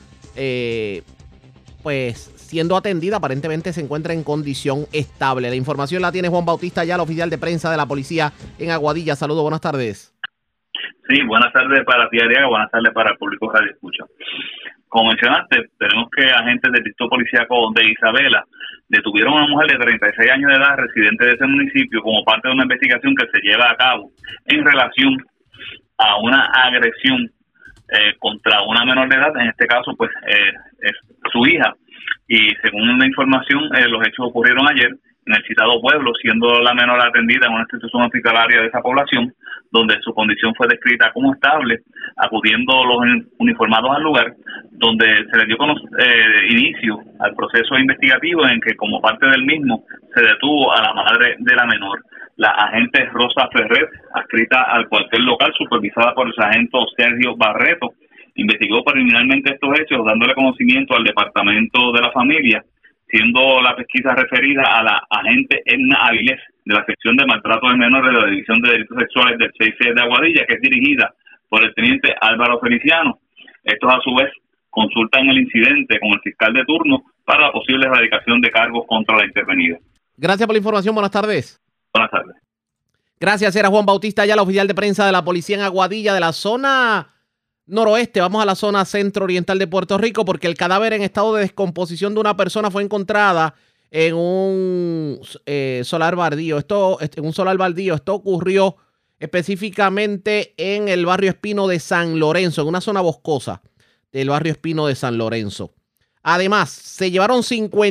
pues siendo atendida. Aparentemente se encuentra en condición estable. La información la tiene Juan Bautista Ayala, oficial de prensa de la policía en Aguadilla. Saludos, buenas tardes.
Sí, buenas tardes para ti, Ariaga, buenas tardes para el público Radio Escucha. Como mencionaste, tenemos que agentes del distrito policíaco de Isabela detuvieron a una mujer de 36 años de edad, residente de ese municipio, como parte de una investigación que se lleva a cabo en relación a una agresión contra una menor de edad, en este caso pues es su hija. Y según la información, los hechos ocurrieron ayer en el citado pueblo, siendo la menor atendida en una institución hospitalaria de esa población, donde su condición fue descrita como estable, acudiendo los uniformados al lugar, donde se le dio inicio al proceso investigativo en que, como parte del mismo, se detuvo a la madre de la menor. La agente Rosa Ferrer, adscrita al cuartel local, supervisada por el sargento Sergio Barreto, investigó preliminarmente estos hechos, dándole conocimiento al Departamento de la Familia, siendo la pesquisa referida a la agente Edna Avilés, de la sección de maltrato de menores de la División de Delitos Sexuales del 6C de Aguadilla, que es dirigida por el teniente Álvaro Feliciano. Estos, a su vez, consultan el incidente con el fiscal de turno para la posible erradicación de cargos contra la intervenida.
Gracias por la información. Buenas tardes.
Buenas tardes.
Gracias. Era Juan Bautista Ayala, oficial de prensa de la policía en Aguadilla, de la zona noroeste. Vamos a la zona centro-oriental de Puerto Rico, porque el cadáver en estado de descomposición de una persona fue encontrada en un solar baldío. Esto ocurrió específicamente en el barrio Espino de San Lorenzo, en una zona boscosa del barrio Espino de San Lorenzo. Además, se llevaron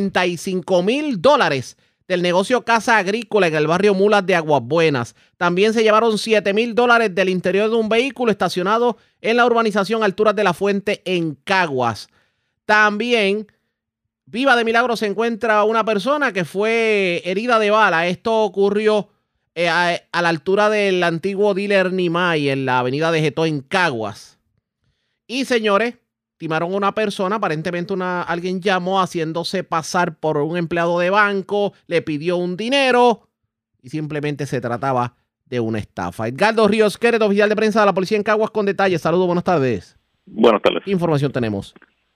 $55,000 del negocio Casa Agrícola en el barrio Mulas de Aguas Buenas. También se llevaron $7,000 del interior de un vehículo estacionado en la urbanización Alturas de la Fuente en Caguas. También, viva de milagro, se encuentra una persona que fue herida de bala. Esto ocurrió a la altura del antiguo dealer Nimay en la avenida de Getó en Caguas. Y señores, timaron a una persona, aparentemente alguien llamó haciéndose pasar por un empleado de banco, le pidió un dinero y simplemente se trataba de una estafa. Edgardo Ríos Queret, oficial de prensa de la policía en Caguas, con detalles. Saludos, buenas tardes.
Buenas tardes.
¿Qué información tenemos?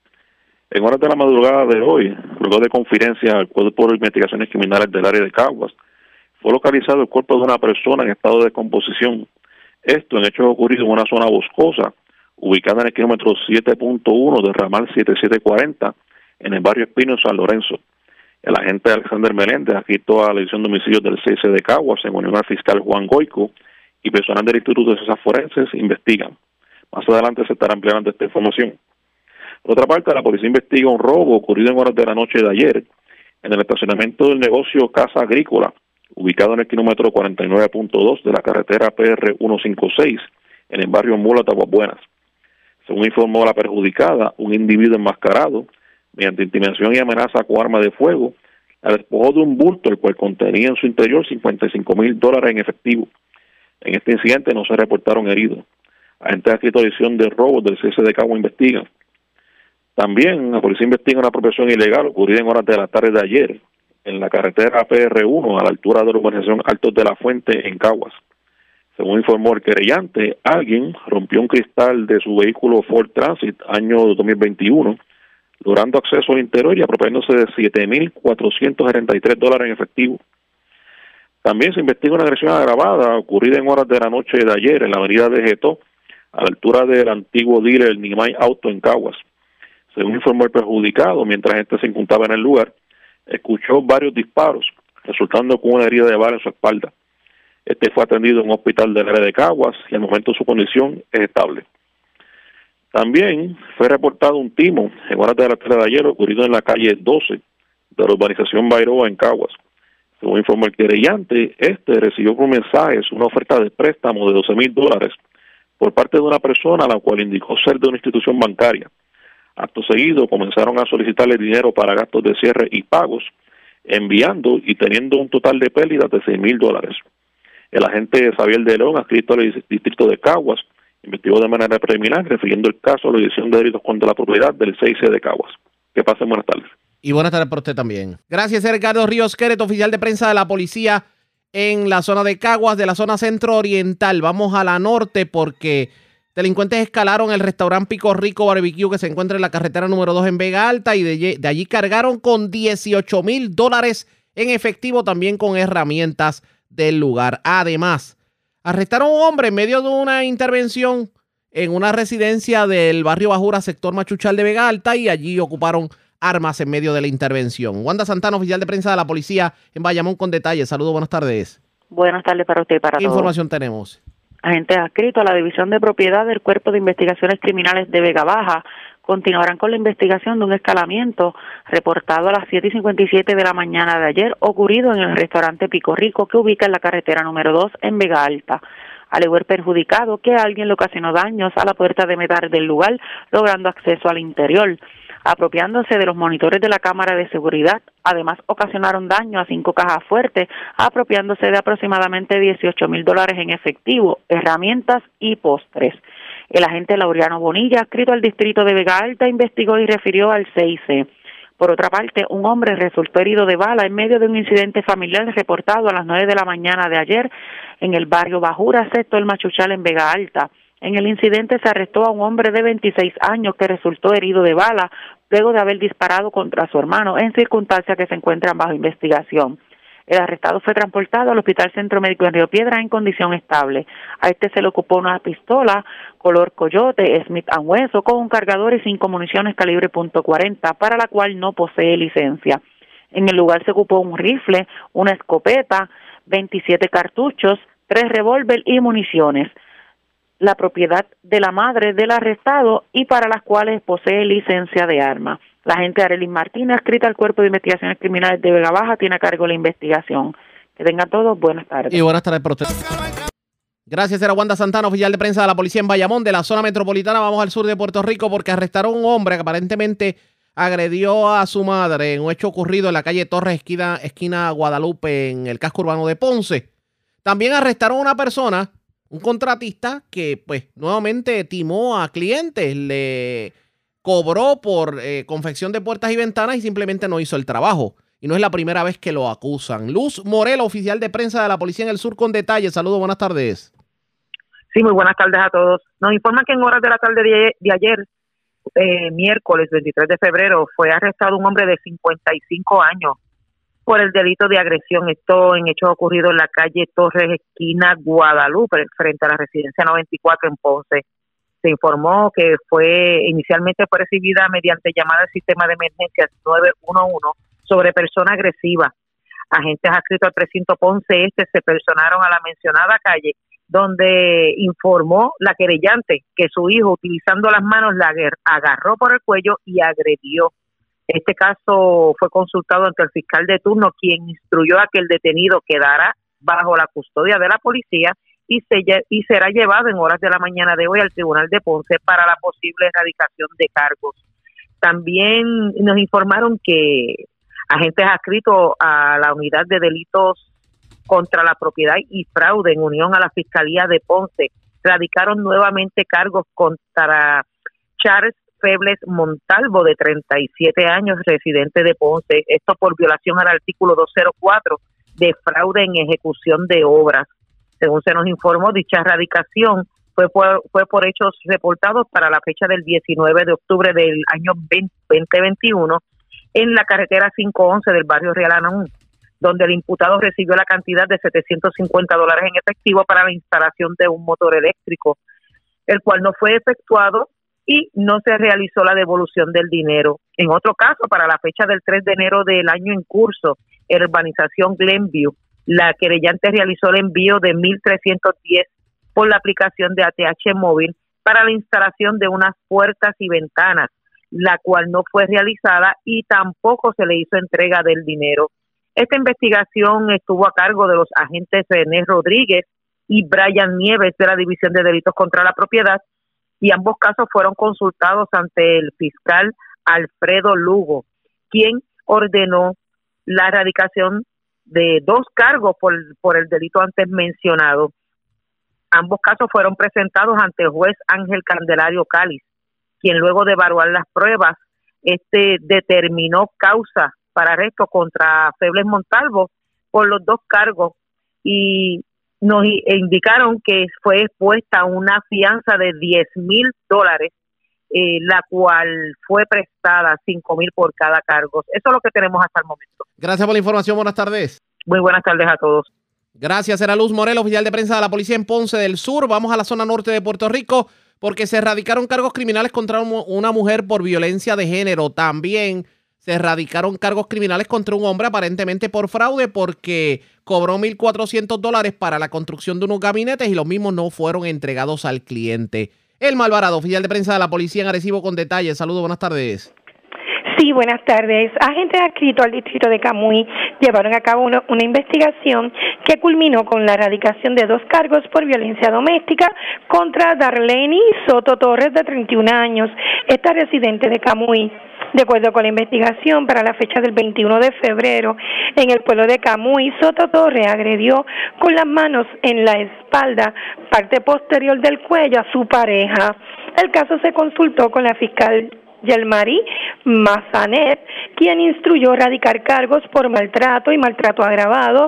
En horas de la madrugada de hoy, luego de confidencia al Cuerpo de Investigaciones Criminales del área de Caguas, fue localizado el cuerpo de una persona en estado de descomposición. Esto en hechos ocurridos en una zona boscosa, ubicada en el kilómetro 7.1 del ramal 7740, en el barrio Espino, San Lorenzo. El agente Alexander Meléndez, adscrito a la división de homicidios del CIC de Caguas, en unión al fiscal Juan Goico y personal del Instituto de Ciencias Forenses, investigan. Más adelante se estará ampliando esta información. Por otra parte, la policía investiga un robo ocurrido en horas de la noche de ayer en el estacionamiento del negocio Casa Agrícola, ubicado en el kilómetro 49.2 de la carretera PR 156, en el barrio Mulas de Aguas Buenas. Según informó la perjudicada, un individuo enmascarado, mediante intimidación y amenaza con arma de fuego, la despojó de un bulto el cual contenía en su interior $55,000 en efectivo. En este incidente no se reportaron heridos. Agentes adscritos a la división de robos del CS de Caguas investigan. También la policía investiga una apropiación ilegal ocurrida en horas de la tarde de ayer en la carretera PR1 a la altura de la urbanización Altos de la Fuente en Caguas. Según informó el querellante, alguien rompió un cristal de su vehículo Ford Transit año 2021, logrando acceso al interior y apropiándose de $7,473 en efectivo. También se investiga una agresión agravada ocurrida en horas de la noche de ayer en la avenida de Getó, a la altura del antiguo dealer Nimay Auto en Caguas. Según informó el perjudicado, mientras gente se encontraba en el lugar, escuchó varios disparos, resultando con una herida de bala en su espalda. Este fue atendido en un hospital del área de Caguas y al momento su condición es estable. También fue reportado un timo en horas de la tarde de ayer ocurrido en la calle 12 de la urbanización Bairoa en Caguas. Según informó el querellante, recibió por mensajes una oferta de préstamo de $12,000 por parte de una persona a la cual indicó ser de una institución bancaria. Acto seguido comenzaron a solicitarle dinero para gastos de cierre y pagos, enviando y teniendo un total de pérdidas de $6,000. El agente Xavier de León, adscrito al distrito de Caguas, investigó de manera preliminar, refiriendo el caso a la División de Delitos contra la Propiedad del CIC de Caguas. Que pasen buenas tardes.
Y buenas tardes para usted también. Gracias, Ricardo Ríos Queret, oficial de prensa de la policía en la zona de Caguas, de la zona centro-oriental. Vamos a la norte porque delincuentes escalaron el restaurante Pico Rico Barbecue que se encuentra en la carretera número 2 en Vega Alta y de allí cargaron con $18,000 en efectivo, también con herramientas del lugar. Además, arrestaron a un hombre en medio de una intervención en una residencia del barrio Bajura, sector Machuchal de Vega Alta, y allí ocuparon armas en medio de la intervención. Wanda Santana, oficial de prensa de la policía en Bayamón, con detalles. Saludos, buenas tardes.
Buenas tardes para usted y para todos.
¿Qué información tenemos?
Agentes adscritos a la División de Propiedad del Cuerpo de Investigaciones Criminales de Vega Baja continuarán con la investigación de un escalamiento reportado a las 7:57 de la mañana de ayer, ocurrido en el restaurante Pico Rico, que ubica en la carretera número 2 en Vega Alta. Alegó el perjudicado que alguien le ocasionó daños a la puerta de metal del lugar, logrando acceso al interior. Apropiándose de los monitores de la cámara de seguridad, además ocasionaron daño a 5 cajas fuertes, apropiándose de aproximadamente $18,000 en efectivo, herramientas y postres. El agente Laureano Bonilla, adscrito al distrito de Vega Alta, investigó y refirió al CIC. Por otra parte, un hombre resultó herido de bala en medio de un incidente familiar reportado a las 9 de la mañana de ayer en el barrio Bajura, sector Machuchal en Vega Alta. En el incidente se arrestó a un hombre de 26 años que resultó herido de bala luego de haber disparado contra su hermano, en circunstancias que se encuentran bajo investigación. El arrestado fue transportado al Hospital Centro Médico en Río Piedras en condición estable. A este se le ocupó una pistola color coyote Smith & Wesson con un cargador y 5 municiones calibre .40, para la cual no posee licencia. En el lugar se ocupó un rifle, una escopeta, 27 cartuchos, 3 revólver y municiones. La propiedad de la madre del arrestado y para las cuales posee licencia de arma. La agente Arelín Martínez, adscrita al Cuerpo de Investigaciones Criminales de Vega Baja, tiene a cargo la investigación. Que tengan todos buenas tardes.
Y buenas tardes para usted. Gracias, era Wanda Santana, oficial de prensa de la policía en Bayamón, de la zona metropolitana. Vamos al sur de Puerto Rico porque arrestaron a un hombre que aparentemente agredió a su madre en un hecho ocurrido en la calle Torres, esquina Guadalupe, en el casco urbano de Ponce. También arrestaron a una persona, un contratista, que pues nuevamente timó a clientes, le cobró por confección de puertas y ventanas y simplemente no hizo el trabajo. Y no es la primera vez que lo acusan. Luz Morelo, oficial de prensa de la policía en el sur, con detalles. Saludos, buenas tardes.
Sí, muy buenas tardes a todos. Nos informan que en horas de la tarde de ayer, miércoles 23 de febrero, fue arrestado un hombre de 55 años por el delito de agresión. Esto en hechos ocurridos en la calle Torres, esquina Guadalupe, frente a la residencia 94 en Ponce. Se informó que inicialmente fue recibida mediante llamada del sistema de emergencias 911 sobre persona agresiva. Agentes adscritos al precinto Ponce se personaron a la mencionada calle, donde informó la querellante que su hijo, utilizando las manos, la agarró por el cuello y agredió. Este caso fue consultado ante el fiscal de turno, quien instruyó a que el detenido quedara bajo la custodia de la policía y será llevado en horas de la mañana de hoy al Tribunal de Ponce para la posible erradicación de cargos. También nos informaron que agentes adscritos a la Unidad de Delitos contra la Propiedad y Fraude, en unión a la Fiscalía de Ponce, radicaron nuevamente cargos contra Charles Febles Montalvo, de 37 años, residente de Ponce, esto por violación al artículo 204 de fraude en ejecución de obras. Según se nos informó, dicha erradicación fue por hechos reportados para la fecha del 19 de octubre del año 2021 en la carretera 511 del barrio Real Anón, donde el imputado recibió la cantidad de $750 en efectivo para la instalación de un motor eléctrico, el cual no fue efectuado y no se realizó la devolución del dinero. En otro caso, para la fecha del 3 de enero del año en curso, en la urbanización Glenview, la querellante realizó el envío de 1,310 por la aplicación de ATH móvil para la instalación de unas puertas y ventanas, la cual no fue realizada y tampoco se le hizo entrega del dinero. Esta investigación estuvo a cargo de los agentes René Rodríguez y Brian Nieves de la División de Delitos contra la Propiedad, y ambos casos fueron consultados ante el fiscal Alfredo Lugo, quien ordenó la erradicación de 2 cargos por el delito antes mencionado. Ambos casos fueron presentados ante el juez Ángel Candelario Cáliz, quien luego de evaluar las pruebas determinó causa para arresto contra Febles Montalvo por los dos cargos y nos indicaron que fue expuesta una fianza de $10,000, la cual fue prestada $5,000 por cada cargo. Eso es lo que tenemos hasta el momento.
Gracias por la información. Buenas tardes.
Muy buenas tardes a todos.
Gracias. Era Luz Morel, oficial de prensa de la policía en Ponce del Sur. Vamos a la zona norte de Puerto Rico porque se erradicaron cargos criminales contra una mujer por violencia de género. También se erradicaron cargos criminales contra un hombre aparentemente por fraude porque cobró $1,400 para la construcción de unos gabinetes y los mismos no fueron entregados al cliente. Elma Alvarado, oficial de prensa de la policía en Arecibo, con detalles. Saludos, buenas tardes.
Sí, buenas tardes. Agentes adscritos al distrito de Camuy llevaron a cabo una investigación que culminó con la erradicación de 2 cargos por violencia doméstica contra Darlene Soto Torres, de 31 años, esta residente de Camuy. De acuerdo con la investigación, para la fecha del 21 de febrero, en el pueblo de Camuy, Soto Torres agredió con las manos en la espalda, parte posterior del cuello, a su pareja. El caso se consultó con la fiscal Yelmari Mazanet, quien instruyó radicar cargos por maltrato y maltrato agravado,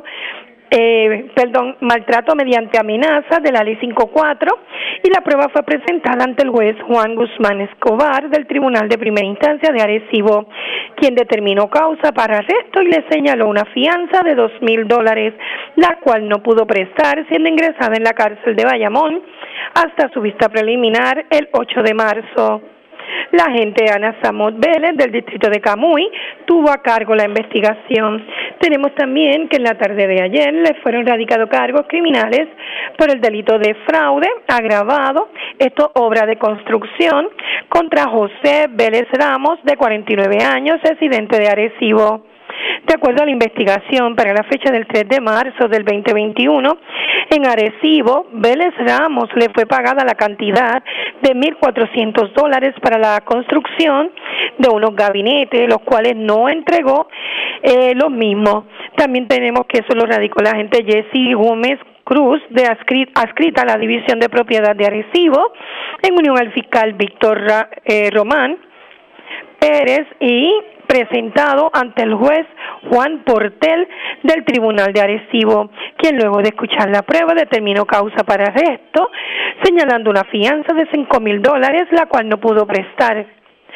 maltrato mediante amenaza de la ley 54, y la prueba fue presentada ante el juez Juan Guzmán Escobar del Tribunal de Primera Instancia de Arecibo, quien determinó causa para arresto y le señaló una fianza de $2,000, la cual no pudo prestar, siendo ingresada en la cárcel de Bayamón hasta su vista preliminar el 8 de marzo. La agente Ana Samot Vélez del distrito de Camuy tuvo a cargo la investigación. Tenemos también que en la tarde de ayer le fueron radicados cargos criminales por el delito de fraude agravado, esto obra de construcción, contra José Vélez Ramos, de 49 años, residente de Arecibo. De acuerdo a la investigación, para la fecha del 3 de marzo del 2021, en Arecibo, Vélez Ramos le fue pagada la cantidad de $1,400 para la construcción de unos gabinetes, los cuales no entregó los mismos. También tenemos que eso lo radicó la agente Jessie Gómez Cruz, adscrita a la División de Propiedad de Arecibo, en unión al fiscal Víctor Román Pérez, y presentado ante el juez Juan Portel del Tribunal de Arecibo, quien luego de escuchar la prueba determinó causa para arresto, señalando una fianza de $5,000, la cual no pudo prestar.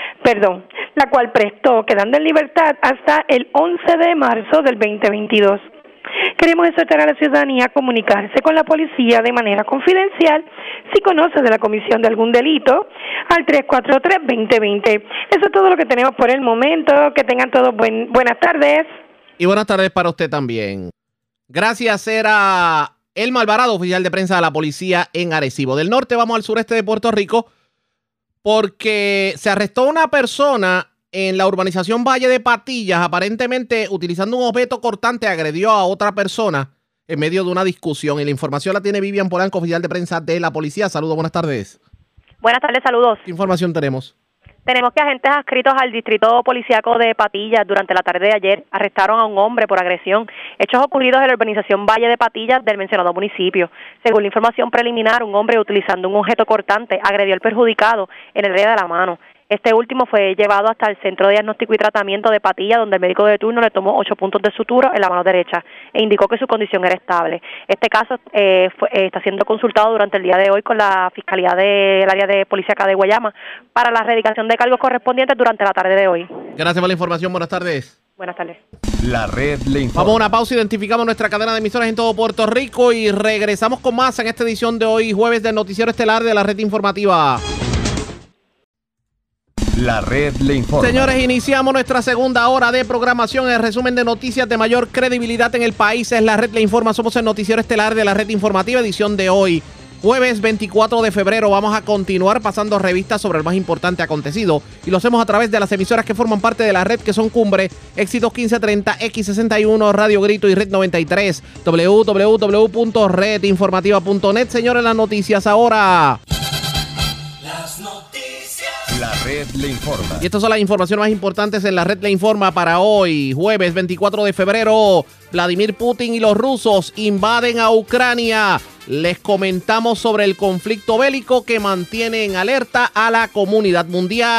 La cual prestó, quedando en libertad hasta el 11 de marzo del 2022. Queremos exhortar a la ciudadanía a comunicarse con la policía de manera confidencial si conoce de la comisión de algún delito al 343-2020. Eso es todo lo que tenemos por el momento. Que tengan todos buenas tardes.
Y buenas tardes para usted también. Gracias, era Elma Alvarado, oficial de prensa de la policía en Arecibo. Del norte vamos al sureste de Puerto Rico porque se arrestó una persona en la urbanización Valle de Patillas, aparentemente utilizando un objeto cortante, agredió a otra persona en medio de una discusión. Y la información la tiene Vivian Polanco, oficial de prensa de la policía. Saludos, buenas tardes.
Buenas tardes, saludos.
¿Qué información tenemos?
Tenemos que agentes adscritos al distrito policíaco de Patillas durante la tarde de ayer arrestaron a un hombre por agresión. Hechos ocurridos en la urbanización Valle de Patillas del mencionado municipio. Según la información preliminar, un hombre utilizando un objeto cortante agredió al perjudicado en el área de la mano. Este último fue llevado hasta el Centro de Diagnóstico y Tratamiento de Patillas, donde el médico de turno le tomó 8 puntos de sutura en la mano derecha e indicó que su condición era estable. Este caso está siendo consultado durante el día de hoy con la Fiscalía del Área de Policía acá de Guayama para la erradicación de cargos correspondientes durante la tarde de hoy.
Gracias por la información. Buenas tardes.
Buenas tardes.
La red le informa.
Vamos a una pausa, identificamos nuestra cadena de emisoras en todo Puerto Rico y regresamos con más en esta edición de hoy, jueves, del Noticiero Estelar de la Red Informativa.
La red le informa.
Señores, iniciamos nuestra segunda hora de programación. El resumen de noticias de mayor credibilidad en el país es La Red le informa. Somos el Noticiero Estelar de la Red Informativa, edición de hoy, jueves 24 de febrero. Vamos a continuar pasando revistas sobre el más importante acontecido y lo hacemos a través de las emisoras que forman parte de la red, que son Cumbre, Éxitos 1530, X61, Radio Grito y Red 93, www.redinformativa.net. Señores, las noticias ahora.
Las noticias. La red le informa.
Y estas son las informaciones más importantes en La Red le informa para hoy, jueves 24 de febrero. Vladimir Putin y los rusos invaden a Ucrania. Les comentamos sobre el conflicto bélico que mantiene en alerta a la comunidad mundial.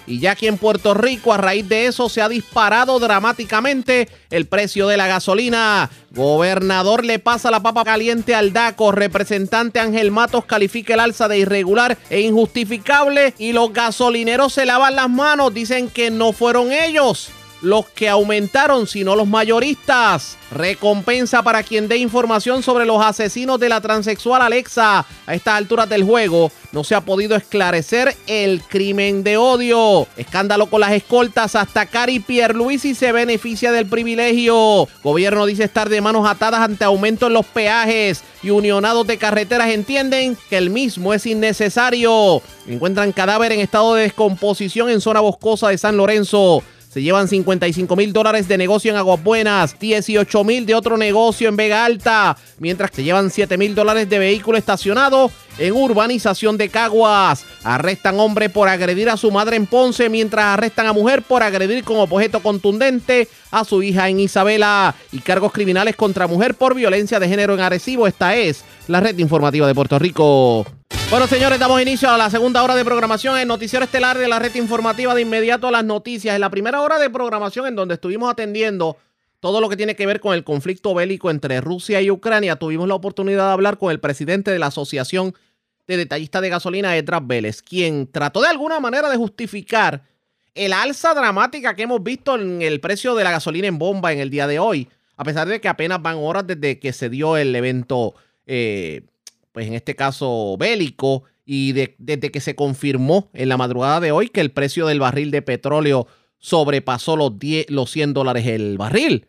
Y ya aquí en Puerto Rico, a raíz de eso, se ha disparado dramáticamente el precio de la gasolina. Gobernador le pasa la papa caliente al DACO. Representante Ángel Matos califica el alza de irregular e injustificable. Y los gasolineros se lavan las manos. Dicen que no fueron ellos los que aumentaron, sino los mayoristas. Recompensa para quien dé información sobre los asesinos de la transexual Alexa. A estas alturas del juego no se ha podido esclarecer el crimen de odio. Escándalo con las escoltas. Hasta Cari Pierluisi se beneficia del privilegio. Gobierno dice estar de manos atadas ante aumento en los peajes. Y unionados de carreteras entienden que el mismo es innecesario. Encuentran cadáver en estado de descomposición en zona boscosa de San Lorenzo. Se llevan $55,000 de negocio en Aguas Buenas, $18,000 de otro negocio en Vega Alta, mientras que se llevan $7,000 de vehículo estacionado en urbanización de Caguas. Arrestan hombre por agredir a su madre en Ponce, mientras arrestan a mujer por agredir con objeto contundente a su hija en Isabela. Y cargos criminales contra mujer por violencia de género en Arecibo. Esta es la red informativa de Puerto Rico. Bueno, señores, damos inicio a la segunda hora de programación en Noticiero Estelar de la red informativa. De inmediato a las noticias. En la primera hora de programación, en donde estuvimos atendiendo todo lo que tiene que ver con el conflicto bélico entre Rusia y Ucrania, tuvimos la oportunidad de hablar con el presidente de la Asociación de Detallistas de Gasolina, Edras Vélez, quien trató de alguna manera de justificar el alza dramática que hemos visto en el precio de la gasolina en bomba en el día de hoy, a pesar de que apenas van horas desde que se dio el evento, pues en este caso bélico, y desde que se confirmó en la madrugada de hoy que el precio del barril de petróleo sobrepasó los $100 el barril.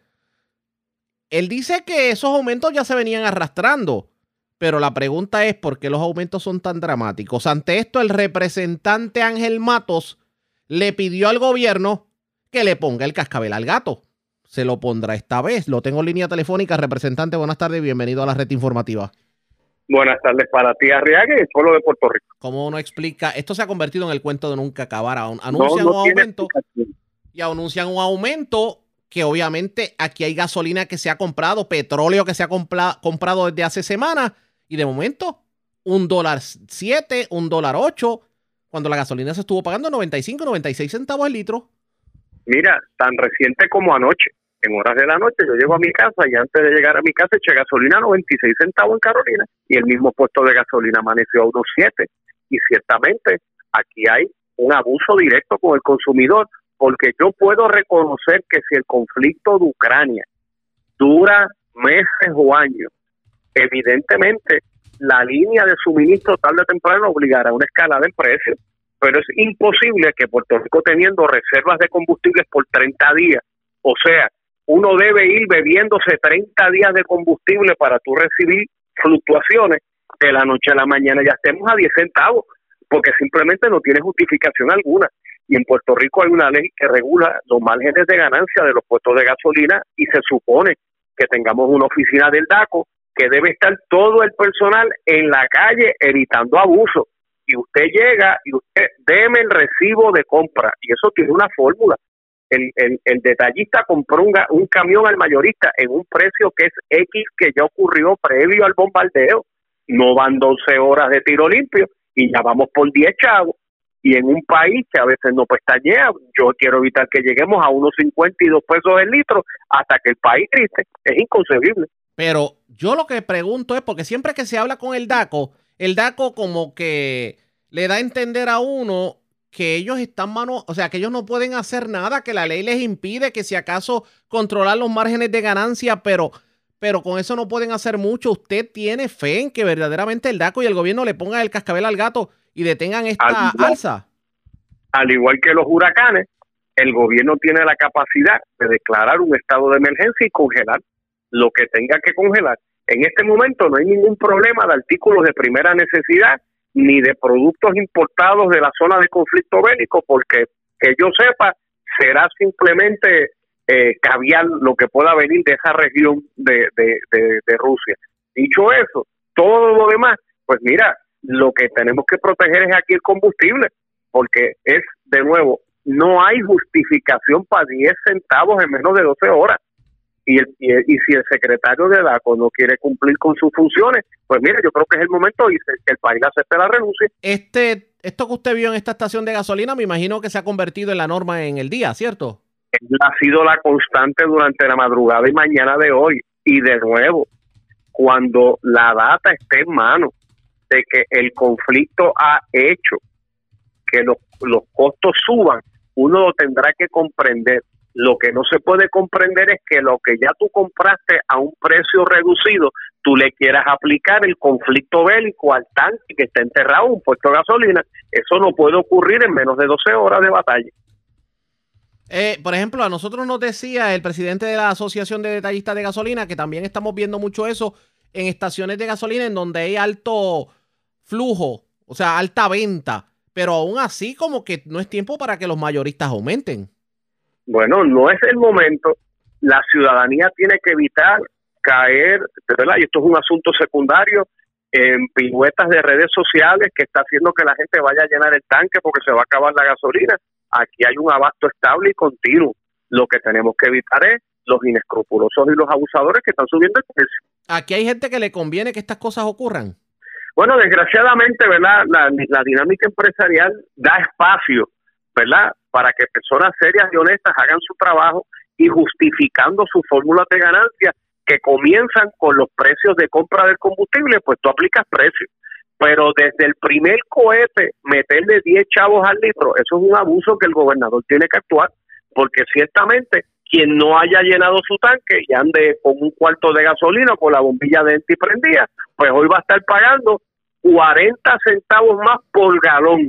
Él dice que esos aumentos ya se venían arrastrando, pero la pregunta es ¿por qué los aumentos son tan dramáticos? Ante esto, el representante Ángel Matos le pidió al gobierno que le ponga el cascabel al gato. Se lo pondrá esta vez. Lo tengo en línea telefónica. Representante, buenas tardes. Bienvenido a la red informativa.
Buenas tardes para ti, Arriaga, y el pueblo de Puerto Rico.
¿Cómo uno explica? Esto se ha convertido en el cuento de nunca acabar. Anuncian un aumento y anuncian un aumento que obviamente aquí hay gasolina que se ha comprado, petróleo que se ha comprado desde hace semanas, y de momento $1.07, $1.08, cuando la gasolina se estuvo pagando 95, 96 centavos el litro.
Mira, tan reciente como anoche, en horas de la noche, yo llego a mi casa y antes de llegar a mi casa eché gasolina a 96 centavos en Carolina y el mismo puesto de gasolina amaneció a 1.07. Y ciertamente aquí hay un abuso directo con el consumidor, porque yo puedo reconocer que si el conflicto de Ucrania dura meses o años, evidentemente la línea de suministro tarde o temprano obligará a una escalada del precio, pero es imposible que Puerto Rico, teniendo reservas de combustibles por 30 días, o sea, uno debe ir bebiéndose 30 días de combustible para tú recibir fluctuaciones, de la noche a la mañana ya estemos a 10 centavos, porque simplemente no tiene justificación alguna. Y en Puerto Rico hay una ley que regula los márgenes de ganancia de los puestos de gasolina y se supone que tengamos una oficina del DACO que debe estar todo el personal en la calle evitando abusos. Y usted llega y usted deme el recibo de compra, y eso tiene una fórmula. El detallista compró un camión al mayorista en un precio que es X, que ya ocurrió previo al bombardeo. No van 12 horas de tiro limpio y ya vamos por 10 chavos. Y en un país que a veces no pestañea, yo quiero evitar que lleguemos a unos 52 pesos el litro hasta que el país triste. Es inconcebible.
Pero yo lo que pregunto es, porque siempre que se habla con el DACO como que le da a entender a uno que ellos están que ellos no pueden hacer nada, que la ley les impide, que si acaso controlar los márgenes de ganancia, pero con eso no pueden hacer mucho. ¿Usted tiene fe en que verdaderamente el DACO y el gobierno le pongan el cascabel al gato y detengan esta alza?
Al igual que los huracanes, el gobierno tiene la capacidad de declarar un estado de emergencia y congelar lo que tenga que congelar. En este momento no hay ningún problema de artículos de primera necesidad ni de productos importados de la zona de conflicto bélico, porque que yo sepa será simplemente caviar lo que pueda venir de esa región de Rusia. Dicho eso, todo lo demás, pues mira, lo que tenemos que proteger es aquí el combustible, porque es, de nuevo, no hay justificación para 10 centavos en menos de 12 horas. Y si el secretario de DACO no quiere cumplir con sus funciones, pues mire, yo creo que es el momento de que el país acepte la renuncia.
esto que usted vio en esta estación de gasolina, me imagino que se ha convertido en la norma en el día, ¿cierto?
Ha sido la constante durante la madrugada y mañana de hoy. Y de nuevo, cuando la data esté en manos de que el conflicto ha hecho que los costos suban, uno lo tendrá que comprender. Lo que no se puede comprender es que lo que ya tú compraste a un precio reducido, tú le quieras aplicar el conflicto bélico al tanque que está enterrado en un puesto de gasolina. Eso no puede ocurrir en menos de 12 horas de batalla.
Por ejemplo, a nosotros nos decía el presidente de la Asociación de Detallistas de Gasolina que también estamos viendo mucho eso en estaciones de gasolina en donde hay alto flujo, o sea, alta venta, pero aún así como que no es tiempo para que los mayoristas aumenten.
Bueno, no es el momento. La ciudadanía tiene que evitar caer, ¿verdad? Y esto es un asunto secundario, en piruetas de redes sociales que está haciendo que la gente vaya a llenar el tanque porque se va a acabar la gasolina. Aquí hay un abasto estable y continuo. Lo que tenemos que evitar es los inescrupulosos y los abusadores que están subiendo el precio.
Aquí hay gente que le conviene que estas cosas ocurran.
Bueno, desgraciadamente, ¿verdad? La dinámica empresarial da espacio, ¿verdad?, para que personas serias y honestas hagan su trabajo y justificando sus fórmulas de ganancia que comienzan con los precios de compra del combustible, pues tú aplicas precios. Pero desde el primer cohete, meterle 10 chavos al litro, eso es un abuso que el gobernador tiene que actuar, porque ciertamente quien no haya llenado su tanque y ande con un cuarto de gasolina con la bombilla dentro y prendida, pues hoy va a estar pagando 40 centavos más por galón.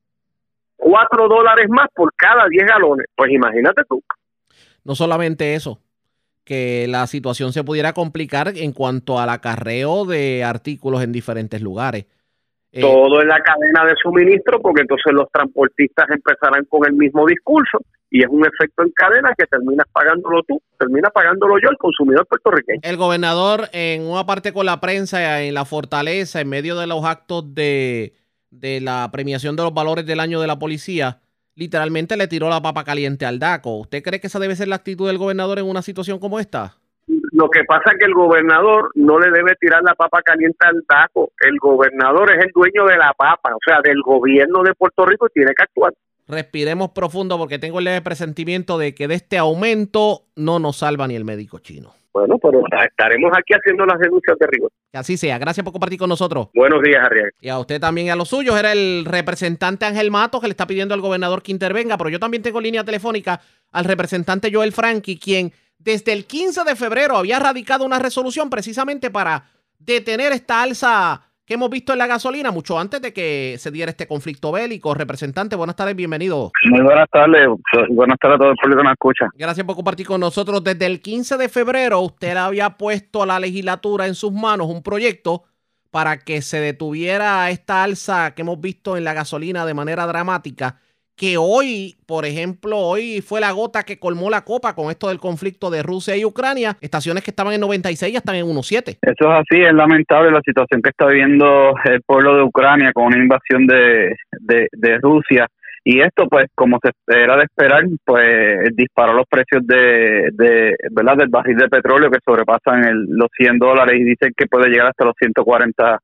$4 más por cada 10 galones. Pues imagínate tú.
No solamente eso, que la situación se pudiera complicar en cuanto al acarreo de artículos en diferentes lugares.
Todo en la cadena de suministro, porque entonces los transportistas empezarán con el mismo discurso y es un efecto en cadena que terminas pagándolo tú, termina pagándolo yo, el consumidor puertorriqueño.
El gobernador, en una parte con la prensa en la Fortaleza, en medio de los actos de la premiación de los valores del año de la policía, literalmente le tiró la papa caliente al DACO. ¿Usted cree que esa debe ser la actitud del gobernador en una situación como esta?
Lo que pasa es que el gobernador no le debe tirar la papa caliente al DACO. El gobernador es el dueño de la papa, o sea, del gobierno de Puerto Rico, y tiene que actuar.
Respiremos profundo porque tengo el leve presentimiento de que de este aumento no nos salva ni el médico chino.
Bueno, pero estaremos aquí haciendo las denuncias de rigor.
Que así sea. Gracias por compartir con nosotros.
Buenos días, Arriaga.
Y a usted también y a los suyos. Era el representante Ángel Matos que le está pidiendo al gobernador que intervenga, pero yo también tengo línea telefónica al representante Joel Franqui, quien desde el 15 de febrero había radicado una resolución precisamente para detener esta alza que hemos visto en la gasolina mucho antes de que se diera este conflicto bélico. Representante, buenas tardes, bienvenido.
Muy buenas tardes a todo el público que nos escucha.
Gracias por compartir con nosotros. Desde el 15 de febrero usted había puesto a la legislatura en sus manos un proyecto para que se detuviera esta alza que hemos visto en la gasolina de manera dramática, que hoy, por ejemplo, hoy fue la gota que colmó la copa con esto del conflicto de Rusia y Ucrania. Estaciones que estaban en 96 ya están en 1.7. Eso
es así, es lamentable la situación que está viviendo el pueblo de Ucrania con una invasión de Rusia. Y esto, pues, como se era de esperar, pues disparó los precios ¿verdad?, del barril de petróleo, que sobrepasan los $100 y dicen que puede llegar hasta los $140.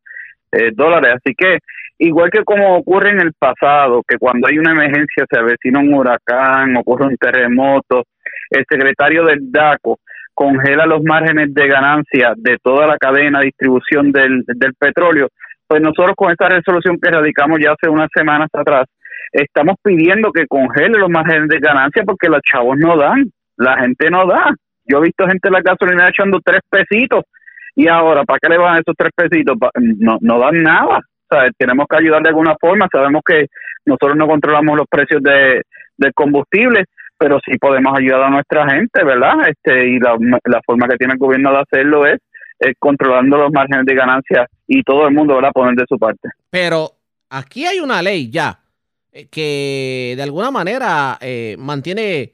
Así que, igual que como ocurre en el pasado, que cuando hay una emergencia, se avecina un huracán, ocurre un terremoto, el secretario del DACO congela los márgenes de ganancia de toda la cadena de distribución del petróleo, pues nosotros con esta resolución que radicamos ya hace unas semanas atrás, estamos pidiendo que congele los márgenes de ganancia porque los chavos no dan, la gente no da. Yo he visto gente en la gasolina echando 3 pesitos y ahora, ¿para qué le van esos 3 pesitos? No dan nada. O sea, tenemos que ayudar de alguna forma. Sabemos que nosotros no controlamos los precios del combustible, pero sí podemos ayudar a nuestra gente, ¿verdad? Y la forma que tiene el gobierno de hacerlo es controlando los márgenes de ganancia y todo el mundo, ¿verdad?, poner de su parte.
Pero aquí hay una ley ya que de alguna manera mantiene,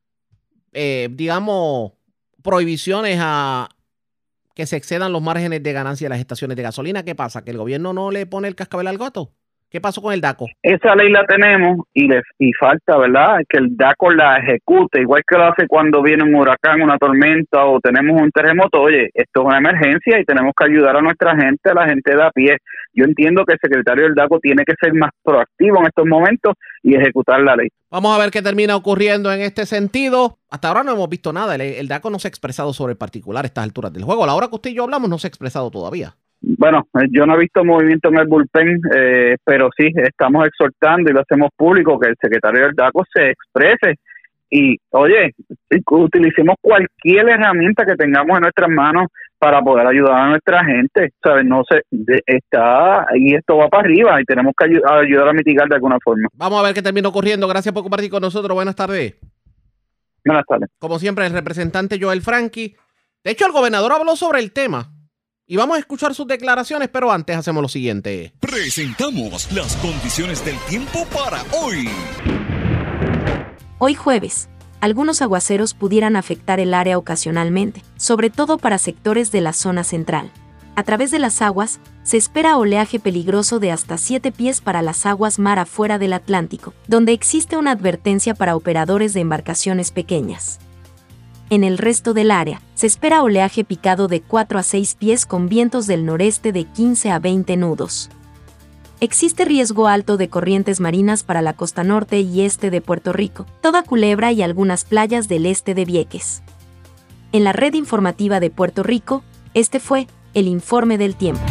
digamos, prohibiciones a que se excedan los márgenes de ganancia de las estaciones de gasolina. ¿Qué pasa? ¿Que el gobierno no le pone el cascabel al gato? ¿Qué pasó con el DACO?
Esa ley la tenemos y falta, ¿verdad?, que el DACO la ejecute, igual que lo hace cuando viene un huracán, una tormenta o tenemos un terremoto. Oye, esto es una emergencia y tenemos que ayudar a nuestra gente, a la gente de a pie. Yo entiendo que el secretario del DACO tiene que ser más proactivo en estos momentos y ejecutar la ley.
Vamos a ver qué termina ocurriendo en este sentido. Hasta ahora no hemos visto nada. El DACO no se ha expresado sobre el particular a estas alturas del juego. A la hora que usted y yo hablamos no se ha expresado todavía.
Bueno, yo no he visto movimiento en el bullpen, pero sí, estamos exhortando y lo hacemos público que el secretario del DACO se exprese y, oye, utilicemos cualquier herramienta que tengamos en nuestras manos para poder ayudar a nuestra gente, ¿sabes? No sé, está y esto va para arriba y tenemos que ayudar a mitigar de alguna forma.
Vamos a ver qué termina ocurriendo. Gracias por compartir con nosotros. Buenas tardes.
Buenas tardes.
Como siempre, el representante Joel Franqui. De hecho, el gobernador habló sobre el tema. Y vamos a escuchar sus declaraciones, pero antes hacemos lo siguiente.
Presentamos las condiciones del tiempo para hoy.
Hoy jueves, algunos aguaceros pudieran afectar el área ocasionalmente, sobre todo para sectores de la zona central. A través de las aguas, se espera oleaje peligroso de hasta 7 pies para las aguas mar afuera del Atlántico, donde existe una advertencia para operadores de embarcaciones pequeñas. En el resto del área, se espera oleaje picado de 4 a 6 pies con vientos del noreste de 15 a 20 nudos. Existe riesgo alto de corrientes marinas para la costa norte y este de Puerto Rico, toda Culebra y algunas playas del este de Vieques. En la red informativa de Puerto Rico, este fue el informe del tiempo.